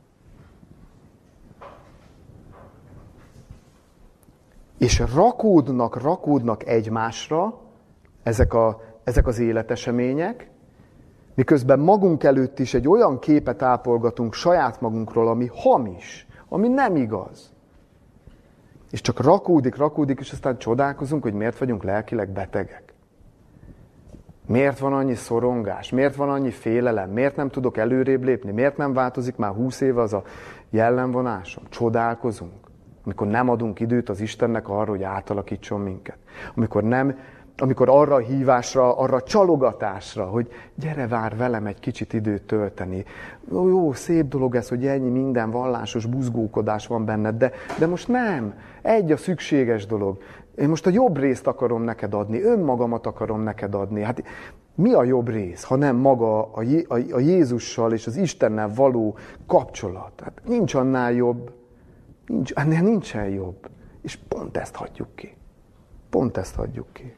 És rakódnak, rakódnak egymásra ezek, a, ezek az életesemények, miközben magunk előtt is egy olyan képet ápolgatunk saját magunkról, ami hamis, ami nem igaz. És csak rakódik, rakódik, és aztán csodálkozunk, hogy miért vagyunk lelkileg betegek. Miért van annyi szorongás? Miért van annyi félelem? Miért nem tudok előrébb lépni? Miért nem változik már húsz éve az a jellemvonásom? Csodálkozunk. Amikor nem adunk időt az Istennek arra, hogy átalakítson minket. Amikor nem... Amikor arra a hívásra, arra a csalogatásra, hogy gyere, vár velem egy kicsit időt tölteni. Jó, jó, szép dolog ez, hogy ennyi minden vallásos buzgókodás van benned, de, de most nem. Egy a szükséges dolog. Én most a jobb részt akarom neked adni, önmagamat akarom neked adni. Hát mi a jobb rész, ha nem maga a, Jé, a, a Jézussal és az Istennel való kapcsolat? Hát nincs annál jobb. Nincs, ennél nincsen jobb. És pont ezt hagyjuk ki. Pont ezt hagyjuk ki.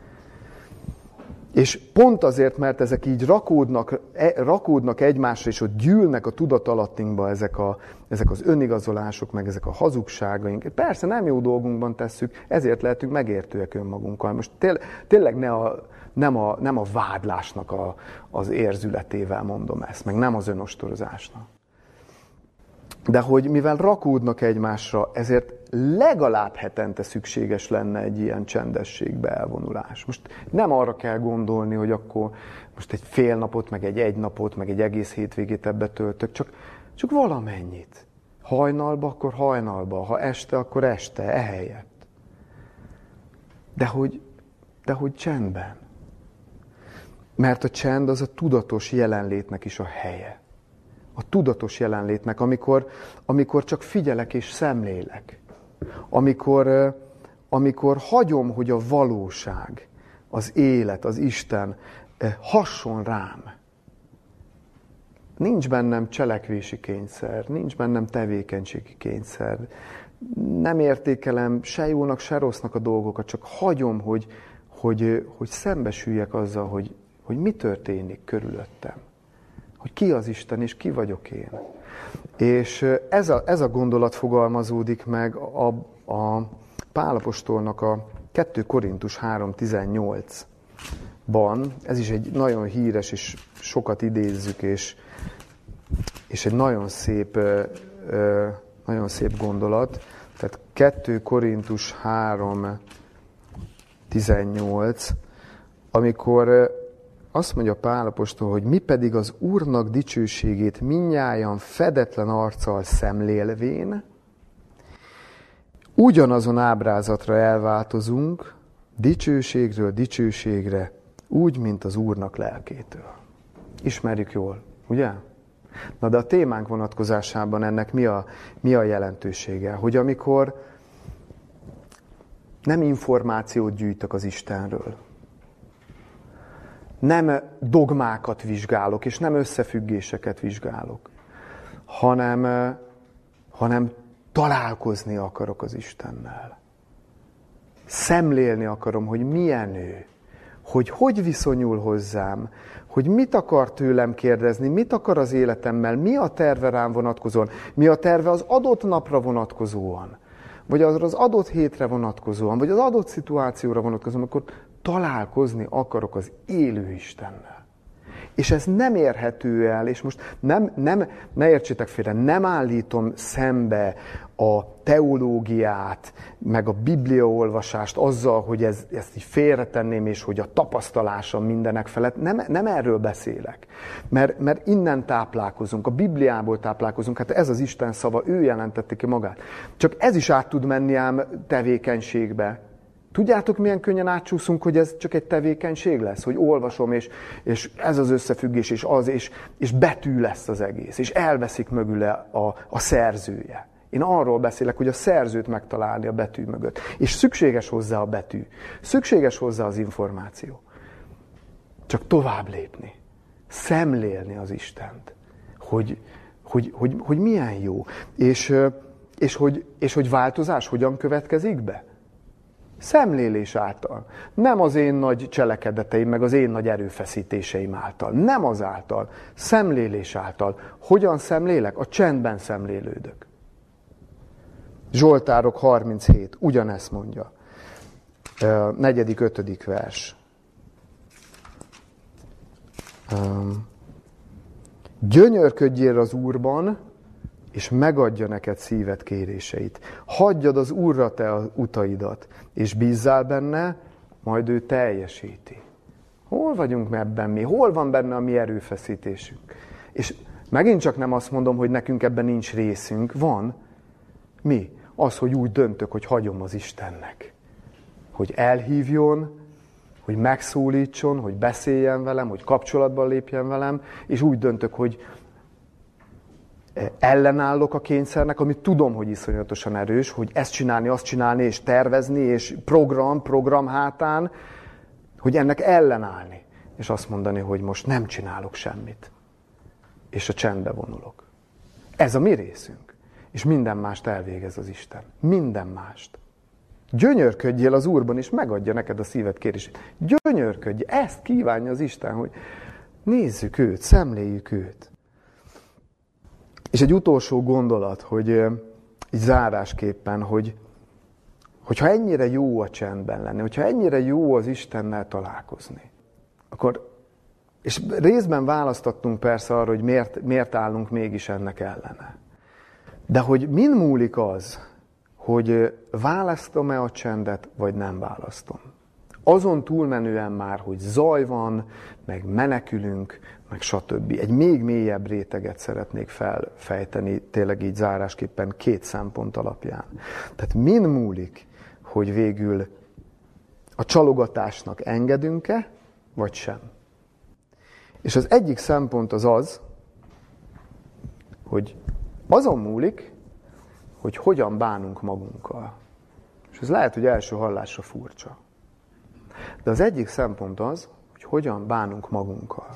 És pont azért, mert ezek így rakódnak, rakódnak egymásra, és ott gyűlnek a tudatalattinkba ezek, a, ezek az önigazolások, meg ezek a hazugságaink. Persze nem jó dolgunkban tesszük, ezért lehetünk megértőek önmagunkkal. Most tél, tényleg ne a, nem, a, nem a vádlásnak a, az érzületével mondom ezt, meg nem az önostorozásnak. De hogy mivel rakódnak egymásra, ezért legalább hetente szükséges lenne egy ilyen csendességbe elvonulás. Most nem arra kell gondolni, hogy akkor most egy fél napot, meg egy egy napot, meg egy egész hétvégét ebbe töltök, csak, csak valamennyit. Hajnalba, akkor hajnalba, ha este, akkor este, ehelyett. De hogy, de hogy csendben. Mert a csend az a tudatos jelenlétnek is a helye. A tudatos jelenlétnek, amikor, amikor csak figyelek és szemlélek. Amikor, amikor hagyom, hogy a valóság, az élet, az Isten hasson rám. Nincs bennem cselekvési kényszer, nincs bennem tevékenységi kényszer. Nem értékelem se jónak, se rossznak a dolgokat, csak hagyom, hogy, hogy, hogy szembesüljek azzal, hogy, hogy mi történik körülöttem. Hogy ki az Isten, és ki vagyok én. És ez a, ez a gondolat fogalmazódik meg a, a Pál apostolnak a kettő Korintus három tizennyolcban. Ez is egy nagyon híres, és sokat idézzük, és, és egy nagyon szép, nagyon szép gondolat. Tehát kettő Korintus három tizennyolc, amikor azt mondja Pál apostol, hogy mi pedig az Úrnak dicsőségét mindnyájan fedetlen arccal szemlélvén, ugyanazon ábrázatra elváltozunk, dicsőségről dicsőségre, úgy, mint az Úrnak lelkétől. Ismerjük jól, ugye? Na de a témánk vonatkozásában ennek mi a, mi a jelentősége? Hogy amikor nem információt gyűjtök az Istenről, nem dogmákat vizsgálok, és nem összefüggéseket vizsgálok, hanem, hanem találkozni akarok az Istennel. Szemlélni akarom, hogy milyen ő, hogy hogy viszonyul hozzám, hogy mit akar tőlem kérdezni, mit akar az életemmel, mi a terve rám vonatkozóan, mi a terve az adott napra vonatkozóan, vagy az adott hétre vonatkozóan, vagy az adott szituációra vonatkozóan, akkor találkozni akarok az élő Istennel. És ez nem érhető el, és most nem, nem, ne értsétek félre, nem állítom szembe a teológiát, meg a bibliaolvasást azzal, hogy ez, ezt így félretenném, és hogy a tapasztalásom mindenek felett. Nem, nem erről beszélek. Mert, mert innen táplálkozunk, a Bibliából táplálkozunk, hát ez az Isten szava, ő jelentette ki magát. Csak ez is át tud menni ám tevékenységbe. Tudjátok, milyen könnyen átcsúszunk, hogy ez csak egy tevékenység lesz? Hogy olvasom, és, és ez az összefüggés, és az, és, és betű lesz az egész, és elveszik mögüle a, a szerzője. Én arról beszélek, hogy a szerzőt megtalálni a betű mögött. És szükséges hozzá a betű. Szükséges hozzá az információ. Csak tovább lépni. Szemlélni az Istent. Hogy, hogy, hogy, hogy milyen jó. És, és, hogy, és hogy változás hogyan következik be? Szemlélés által. Nem az én nagy cselekedeteim, meg az én nagy erőfeszítéseim által. Nem az által. Szemlélés által. Hogyan szemlélek? A csendben szemlélődök. Zsoltárok harminchét, ugyanezt mondja. Negyedik, ötödik vers. Gyönyörködjél az Úrban, és megadja neked szíved kéréseit. Hagyjad az Úrra te az utaidat, és bízzál benne, majd ő teljesíti. Hol vagyunk ebben mi? Hol van benne a mi erőfeszítésünk? És megint csak nem azt mondom, hogy nekünk ebben nincs részünk. Van. Mi? Az, hogy úgy döntök, hogy hagyom az Istennek. Hogy elhívjon, hogy megszólítson, hogy beszéljen velem, hogy kapcsolatban lépjen velem, és úgy döntök, hogy ellenállok a kényszernek, amit tudom, hogy iszonyatosan erős, hogy ezt csinálni, azt csinálni, és tervezni, és program, program hátán, hogy ennek ellenállni. És azt mondani, hogy most nem csinálok semmit. És a csendbe vonulok. Ez a mi részünk. És minden mást elvégez az Isten. Minden mást. Gyönyörködjél az Úrban, és megadja neked a szíved kérését. Gyönyörködj, ezt kívánja az Isten, hogy nézzük őt, szemléljük őt. És egy utolsó gondolat, hogy így zárásképpen, hogy hogyha ennyire jó a csendben lenni, hogyha ennyire jó az Istennel találkozni, akkor, és részben választottunk persze arra, hogy miért, miért állunk mégis ennek ellene. De hogy min múlik az, hogy választom-e a csendet, vagy nem választom. Azon túlmenően már, hogy zaj van, meg menekülünk, meg stb. Egy még mélyebb réteget szeretnék felfejteni, tényleg így zárásképpen két szempont alapján. Tehát min múlik, hogy végül a csalogatásnak engedünk-e, vagy sem. És az egyik szempont az az, hogy azon múlik, hogy hogyan bánunk magunkkal. És ez lehet, hogy első hallásra furcsa. De az egyik szempont az, hogy hogyan bánunk magunkkal.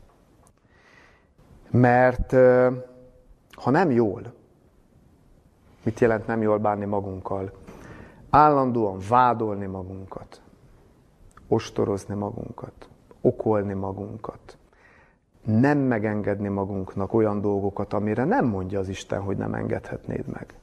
Mert ha nem jól, mit jelent nem jól bánni magunkkal? Állandóan vádolni magunkat, ostorozni magunkat, okolni magunkat. Nem megengedni magunknak olyan dolgokat, amire nem mondja az Isten, hogy nem engedhetnéd meg.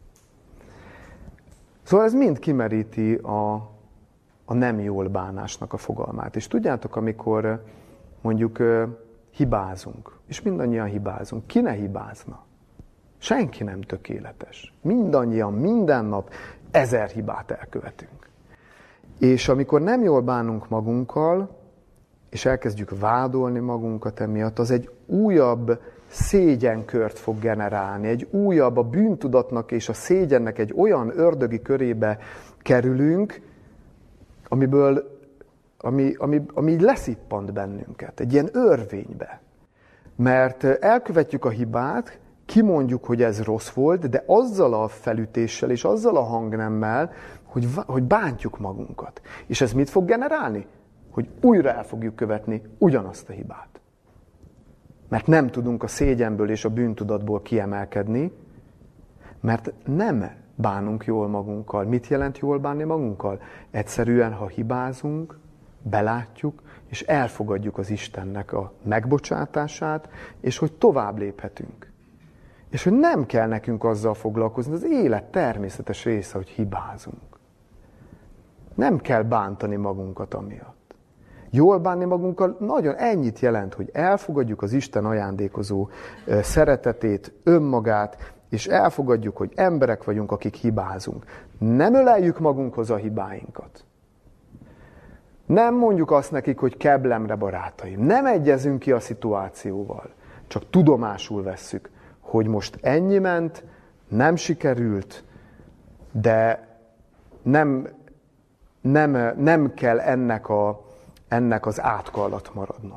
Szóval ez mind kimeríti a, a nem jól bánásnak a fogalmát. És tudjátok, amikor mondjuk hibázunk, és mindannyian hibázunk, ki ne hibázna? Senki nem tökéletes. Mindannyian, minden nap ezer hibát elkövetünk. És amikor nem jól bánunk magunkkal, és elkezdjük vádolni magunkat emiatt, az egy újabb szégyenkört fog generálni, egy újabb, a bűntudatnak és a szégyennek egy olyan ördögi körébe kerülünk, amiből, ami, ami, ami leszippant bennünket, egy ilyen örvénybe. Mert elkövetjük a hibát, kimondjuk, hogy ez rossz volt, de azzal a felütéssel és azzal a hangnemmel, hogy, hogy bántjuk magunkat. És ez mit fog generálni? Hogy újra el fogjuk követni ugyanazt a hibát. Mert nem tudunk a szégyenből és a bűntudatból kiemelkedni, mert nem bánunk jól magunkkal. Mit jelent jól bánni magunkkal? Egyszerűen, ha hibázunk, belátjuk, és elfogadjuk az Istennek a megbocsátását, és hogy tovább léphetünk. És hogy nem kell nekünk azzal foglalkozni, az élet természetes része, hogy hibázunk. Nem kell bántani magunkat amiatt. Jól bánni magunkkal nagyon ennyit jelent, hogy elfogadjuk az Isten ajándékozó szeretetét, önmagát, és elfogadjuk, hogy emberek vagyunk, akik hibázunk. Nem öleljük magunkhoz a hibáinkat. Nem mondjuk azt nekik, hogy keblemre barátaim. Nem egyezünk ki a szituációval. Csak tudomásul vesszük, hogy most ennyi ment, nem sikerült, de nem, nem, nem kell ennek, a, ennek az átka alatt maradnom.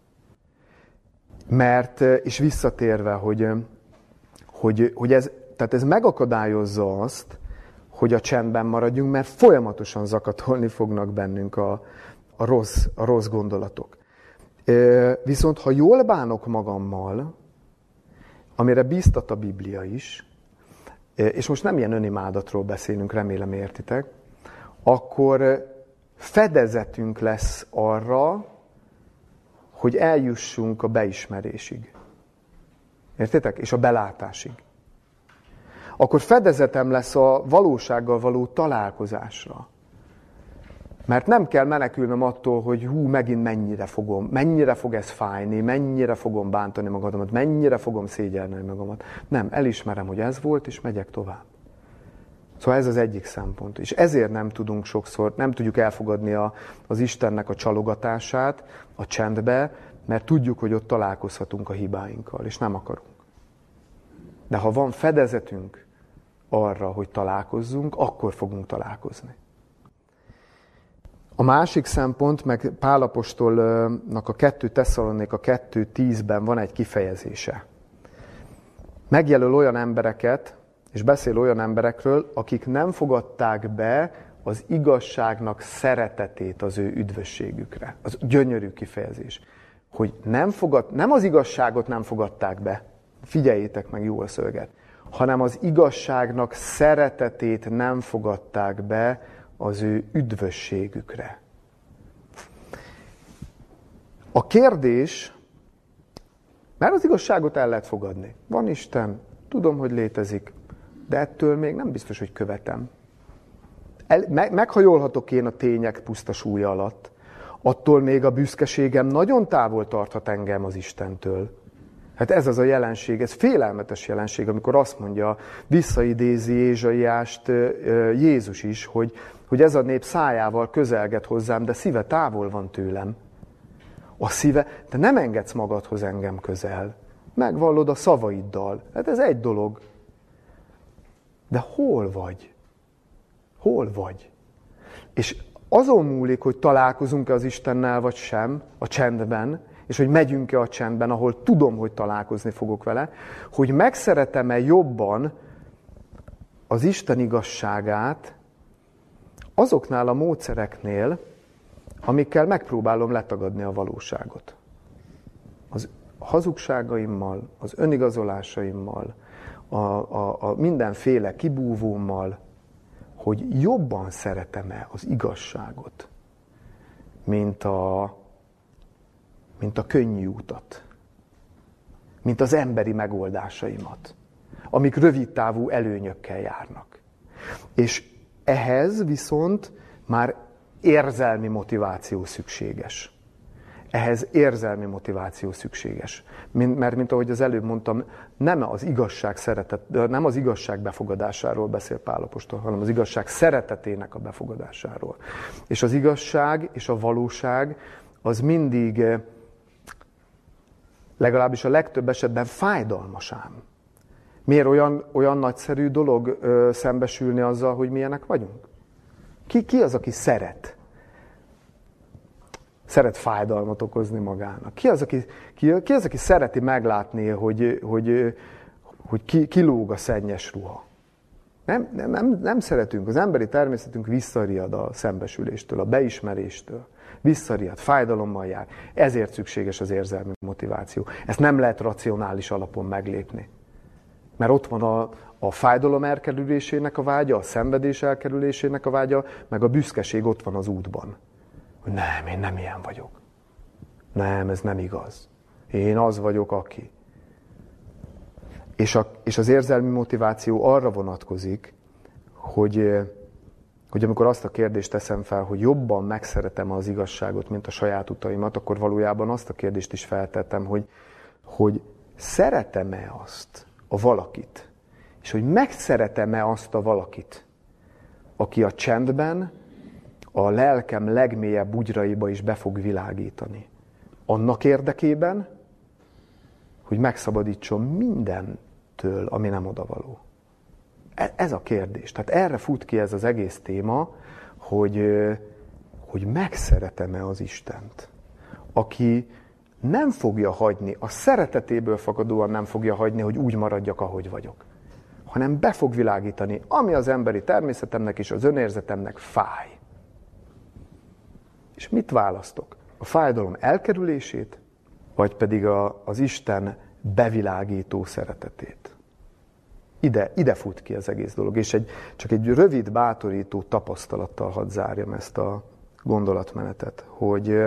Mert, és visszatérve, hogy, hogy, hogy ez, tehát ez megakadályozza azt, hogy a csendben maradjunk, mert folyamatosan zakatolni fognak bennünk a, a, rossz, a rossz gondolatok. Viszont ha jól bánok magammal, amire bíztat a Biblia is, és most nem ilyen önimádatról beszélünk, remélem értitek, akkor fedezetünk lesz arra, hogy eljussunk a beismerésig. Értitek? És a belátásig. Akkor fedezetem lesz a valósággal való találkozásra. Mert nem kell menekülnöm attól, hogy hú, megint mennyire fogom, mennyire fog ez fájni, mennyire fogom bántani magamat, mennyire fogom szégyelni magamat. Nem, elismerem, hogy ez volt, és megyek tovább. Szóval ez az egyik szempont. És ezért nem tudunk sokszor, nem tudjuk elfogadni a, az Istennek a csalogatását a csendbe, mert tudjuk, hogy ott találkozhatunk a hibáinkkal, és nem akarunk. De ha van fedezetünk arra, hogy találkozzunk, akkor fogunk találkozni. A másik szempont, meg Pál apostolnak a kettő Tesszalonika kettő tízben van egy kifejezése. Megjelöl olyan embereket, és beszél olyan emberekről, akik nem fogadták be az igazságnak szeretetét az ő üdvösségükre. Az gyönyörű kifejezés. Hogy nem, fogad, nem az igazságot nem fogadták be, figyeljétek meg jól a szöveget, hanem az igazságnak szeretetét nem fogadták be az ő üdvösségükre. A kérdés, mert az igazságot el lehet fogadni. Van Isten, tudom, hogy létezik, de ettől még nem biztos, hogy követem. El, meg, meghajolhatok én a tények puszta súlya alatt. Attól még a büszkeségem nagyon távol tarthat engem az Istentől. Hát ez az a jelenség, ez félelmetes jelenség, amikor azt mondja, visszaidézi Ézsaiást Jézus is, hogy, hogy ez a nép szájával közelget hozzám, de szíve távol van tőlem. A szíve, te nem engedsz magadhoz engem közel. Megvallod a szavaiddal. Hát ez egy dolog. De hol vagy? Hol vagy? És azon múlik, hogy találkozunk-e az Istennel, vagy sem, a csendben, és hogy megyünk-e a csendben, ahol tudom, hogy találkozni fogok vele, hogy megszeretem-e jobban az Isten igazságát azoknál a módszereknél, amikkel megpróbálom letagadni a valóságot. Az hazugságaimmal, az önigazolásaimmal, a, a, a mindenféle kibúvómmal, hogy jobban szeretem-e az igazságot, mint a mint a könnyű utat, mint az emberi megoldásaimat, amik rövidtávú előnyökkel járnak. És ehhez viszont már érzelmi motiváció szükséges. Ehhez érzelmi motiváció szükséges. Mert, mint ahogy az előbb mondtam, nem az igazság szeretet, nem az igazság befogadásáról beszél Pál apostol, hanem az igazság szeretetének a befogadásáról. És az igazság és a valóság az mindig, legalábbis a legtöbb esetben fájdalmas ám. Miért olyan, olyan nagyszerű dolog ö, szembesülni azzal, hogy milyenek vagyunk? Ki, ki az, aki szeret? Szeret fájdalmat okozni magának. Ki az, aki, ki, ki az, aki szereti meglátni, hogy, hogy, hogy ki, kilóg a szennyes ruha? Nem, nem, nem szeretünk. Az emberi természetünk visszariad a szembesüléstől, a beismeréstől. Visszariad, fájdalommal jár. Ezért szükséges az érzelmi motiváció. Ezt nem lehet racionális alapon meglépni. Mert ott van a, a fájdalom elkerülésének a vágya, a szenvedés elkerülésének a vágya, meg a büszkeség ott van az útban. Hogy nem, én nem ilyen vagyok. Nem, ez nem igaz. Én az vagyok, aki. És, a, és az érzelmi motiváció arra vonatkozik, hogy, hogy amikor azt a kérdést teszem fel, hogy jobban megszeretem az igazságot, mint a saját utaimat, akkor valójában azt a kérdést is feltettem, hogy, hogy szeretem-e azt a valakit, és hogy megszeretem-e azt a valakit, aki a csendben, a lelkem legmélyebb bugyraiba is be fog világítani. Annak érdekében, hogy megszabadítson mindentől, ami nem odavaló. Ez a kérdés. Tehát erre fut ki ez az egész téma, hogy, hogy megszeretem-e az Istent, aki nem fogja hagyni, a szeretetéből fakadóan nem fogja hagyni, hogy úgy maradjak, ahogy vagyok, hanem be fog világítani, ami az emberi természetemnek és az önérzetemnek fáj. És mit választok? A fájdalom elkerülését, vagy pedig a, az Isten bevilágító szeretetét? Ide, ide fut ki az egész dolog. És egy, csak egy rövid, bátorító tapasztalattal hadd zárjam ezt a gondolatmenetet, hogy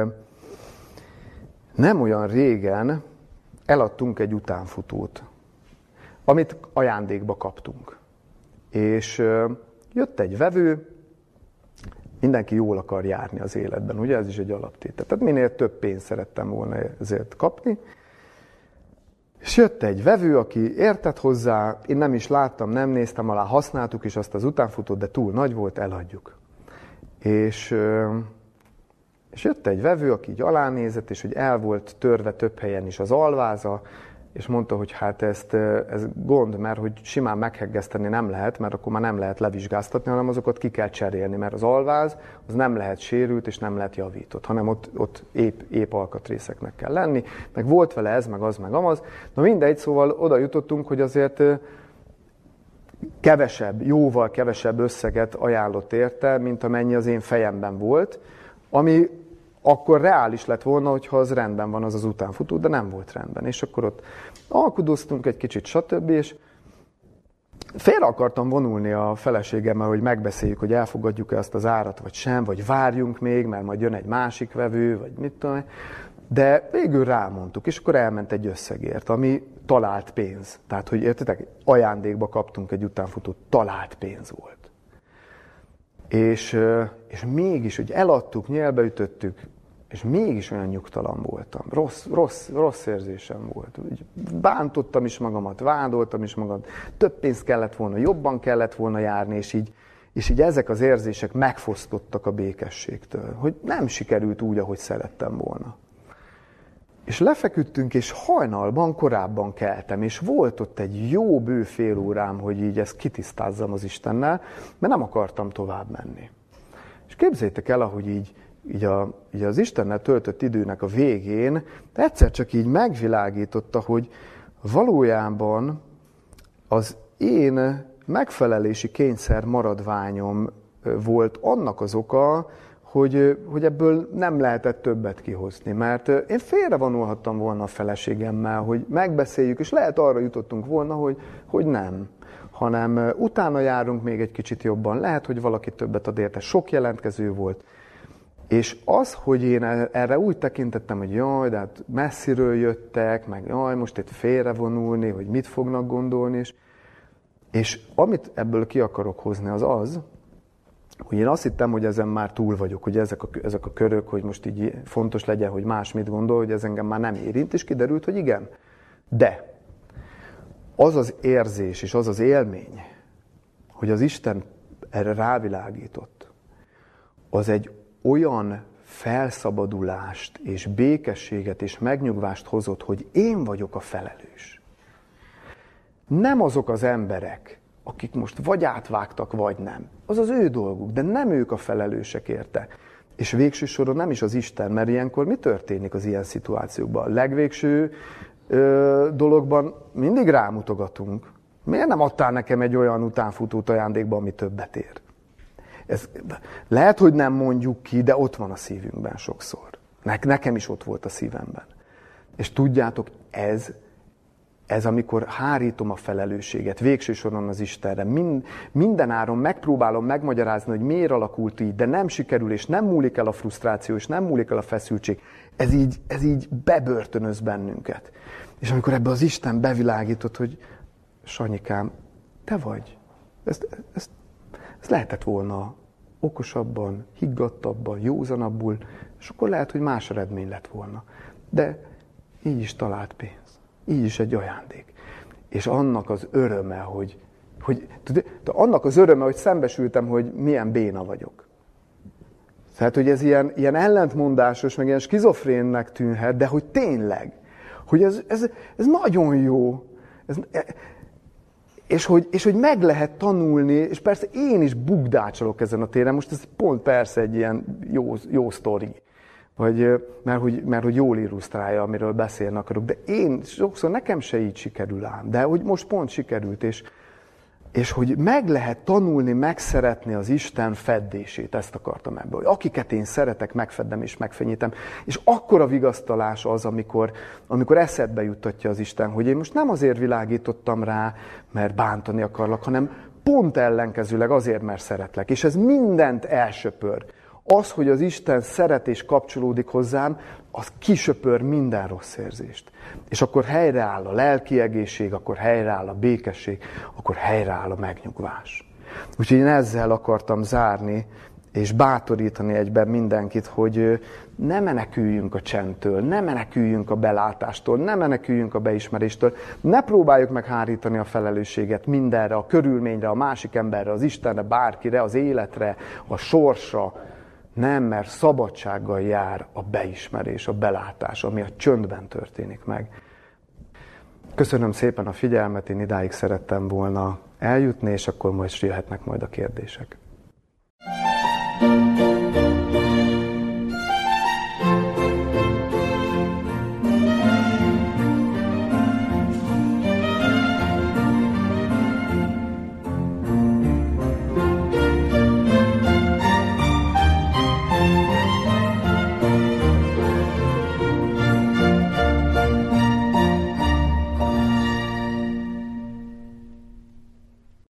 nem olyan régen eladtunk egy utánfutót, amit ajándékba kaptunk. És jött egy vevő, mindenki jól akar járni az életben, ugye? Ez is egy alaptétel. Tehát minél több pénzt szerettem volna ezért kapni. És jött egy vevő, aki értett hozzá, én nem is láttam, nem néztem alá, használtuk is azt az utánfutót, de túl nagy volt, eladjuk. És, és jött egy vevő, aki így alánézett, és hogy el volt törve több helyen is az alváza, és mondta, hogy hát ezt, ez gond, mert hogy simán megheggeszteni nem lehet, mert akkor már nem lehet levizsgáztatni, hanem azokat ki kell cserélni, mert az alváz az nem lehet sérült, és nem lehet javított, hanem ott, ott épp, épp alkatrészeknek kell lenni, meg volt vele ez, meg az, meg amaz. Na mindegy, szóval oda jutottunk, hogy azért kevesebb, jóval kevesebb összeget ajánlott érte, mint amennyi az én fejemben volt, ami akkor reális lett volna, hogyha az rendben van az az utánfutó, de nem volt rendben. És akkor ott alkudoztunk egy kicsit, stb. És félre akartam vonulni a feleségemmel, hogy megbeszéljük, hogy elfogadjuk-e ezt az árat, vagy sem, vagy várjunk még, mert majd jön egy másik vevő, vagy mit tudom. De végül rámondtuk, és akkor elment egy összegért, ami talált pénz. Tehát, hogy értitek, ajándékba kaptunk egy utánfutót, talált pénz volt. És, és mégis, hogy eladtuk, nyelbeütöttük, és mégis olyan nyugtalan voltam. Rossz, rossz, rossz érzésem volt. Úgy bántottam is magamat, vádoltam is magamat. Több pénzt kellett volna, jobban kellett volna járni, és így, és így ezek az érzések megfosztottak a békességtől. Hogy nem sikerült úgy, ahogy szerettem volna. És lefeküdtünk, és hajnalban korábban keltem, és volt ott egy jó bő fél órám, hogy így ezt kitisztázzam az Istennel, mert nem akartam tovább menni. És képzeljétek el, ahogy így, így, a, így az Istennel töltött időnek a végén, egyszer csak így megvilágította, hogy valójában az én megfelelési kényszer maradványom volt annak az oka, Hogy, hogy ebből nem lehetett többet kihozni. Mert én félrevonulhattam volna a feleségemmel, hogy megbeszéljük, és lehet arra jutottunk volna, hogy, hogy nem. Hanem utána járunk még egy kicsit jobban. Lehet, hogy valaki többet ad érte. Sok jelentkező volt. És az, hogy én erre úgy tekintettem, hogy jaj, de hát messziről jöttek, meg jaj, most itt félrevonulni, hogy mit fognak gondolni, és, és amit ebből ki akarok hozni, az az, hogy én azt hittem, hogy ezen már túl vagyok, hogy ezek a, ezek a körök, hogy most így fontos legyen, hogy más mit gondol, hogy ez engem már nem érint, és kiderült, hogy igen. De az az érzés és az az élmény, hogy az Isten erre rávilágított, az egy olyan felszabadulást és békességet és megnyugvást hozott, hogy én vagyok a felelős. Nem azok az emberek, akik most vagy átvágtak, vagy nem. Az az ő dolguk, de nem ők a felelősek érte. És végső soron nem is az Isten, mert ilyenkor mi történik az ilyen szituációkban? A legvégső ö, dologban mindig rámutogatunk. Miért nem adtál nekem egy olyan utánfutót ajándékba, ami többet ér? Ez, lehet, hogy nem mondjuk ki, de ott van a szívünkben sokszor. Ne, nekem is ott volt a szívemben. És tudjátok, ez, ez amikor hárítom a felelősséget, végső soron az Istenre, mind, minden áron megpróbálom megmagyarázni, hogy miért alakult így, de nem sikerül, és nem múlik el a frusztráció, és nem múlik el a feszültség. Ez így, ez így bebörtönöz bennünket. És amikor ebbe az Isten bevilágított, hogy Sanyikám, te vagy. Ezt, ezt, ezt lehetett volna okosabban, higgadtabban, józanabbul, és akkor lehet, hogy más eredmény lett volna. De így is talált pénz. Így is egy ajándék. És annak az öröme, hogy, hogy tudod, annak az öröme, hogy szembesültem, hogy milyen béna vagyok. Tehát, hogy ez ilyen, ilyen ellentmondásos, meg ilyen skizofrénnek tűnhet, de hogy tényleg, hogy ez, ez, ez nagyon jó. Ez, És hogy, és hogy meg lehet tanulni, és persze én is bugdácsolok ezen a téren, most ez pont persze egy ilyen jó, jó sztori, vagy, mert, hogy, mert hogy jól illusztrálja, amiről beszélni akarok, de én sokszor nekem se így sikerül ám, de hogy most pont sikerült, és, és hogy meg lehet tanulni, megszeretni az Isten feddését, ezt akartam ebből, hogy akiket én szeretek, megfeddem és megfenyítem, és akkora vigasztalás az, amikor, amikor eszedbe juttatja az Isten, hogy én most nem azért világítottam rá, mert bántani akarlak, hanem pont ellenkezőleg azért, mert szeretlek, és ez mindent elsöpör. Az, hogy az Isten szeret és kapcsolódik hozzám, az kisöpör minden rossz érzést. És akkor helyreáll a lelki egészség, akkor helyreáll a békesség, akkor helyreáll a megnyugvás. Úgyhogy én ezzel akartam zárni, és bátorítani egyben mindenkit, hogy ne meneküljünk a csendtől, ne meneküljünk a belátástól, ne meneküljünk a beismeréstől, ne próbáljuk meghárítani a felelősséget mindenre, a körülményre, a másik emberre, az Istenre, bárkire, az életre, a sorsra. Nem, mert szabadsággal jár a beismerés, a belátás, ami a csöndben történik meg. Köszönöm szépen a figyelmet, én idáig szerettem volna eljutni, és akkor most jöhetnek majd a kérdések.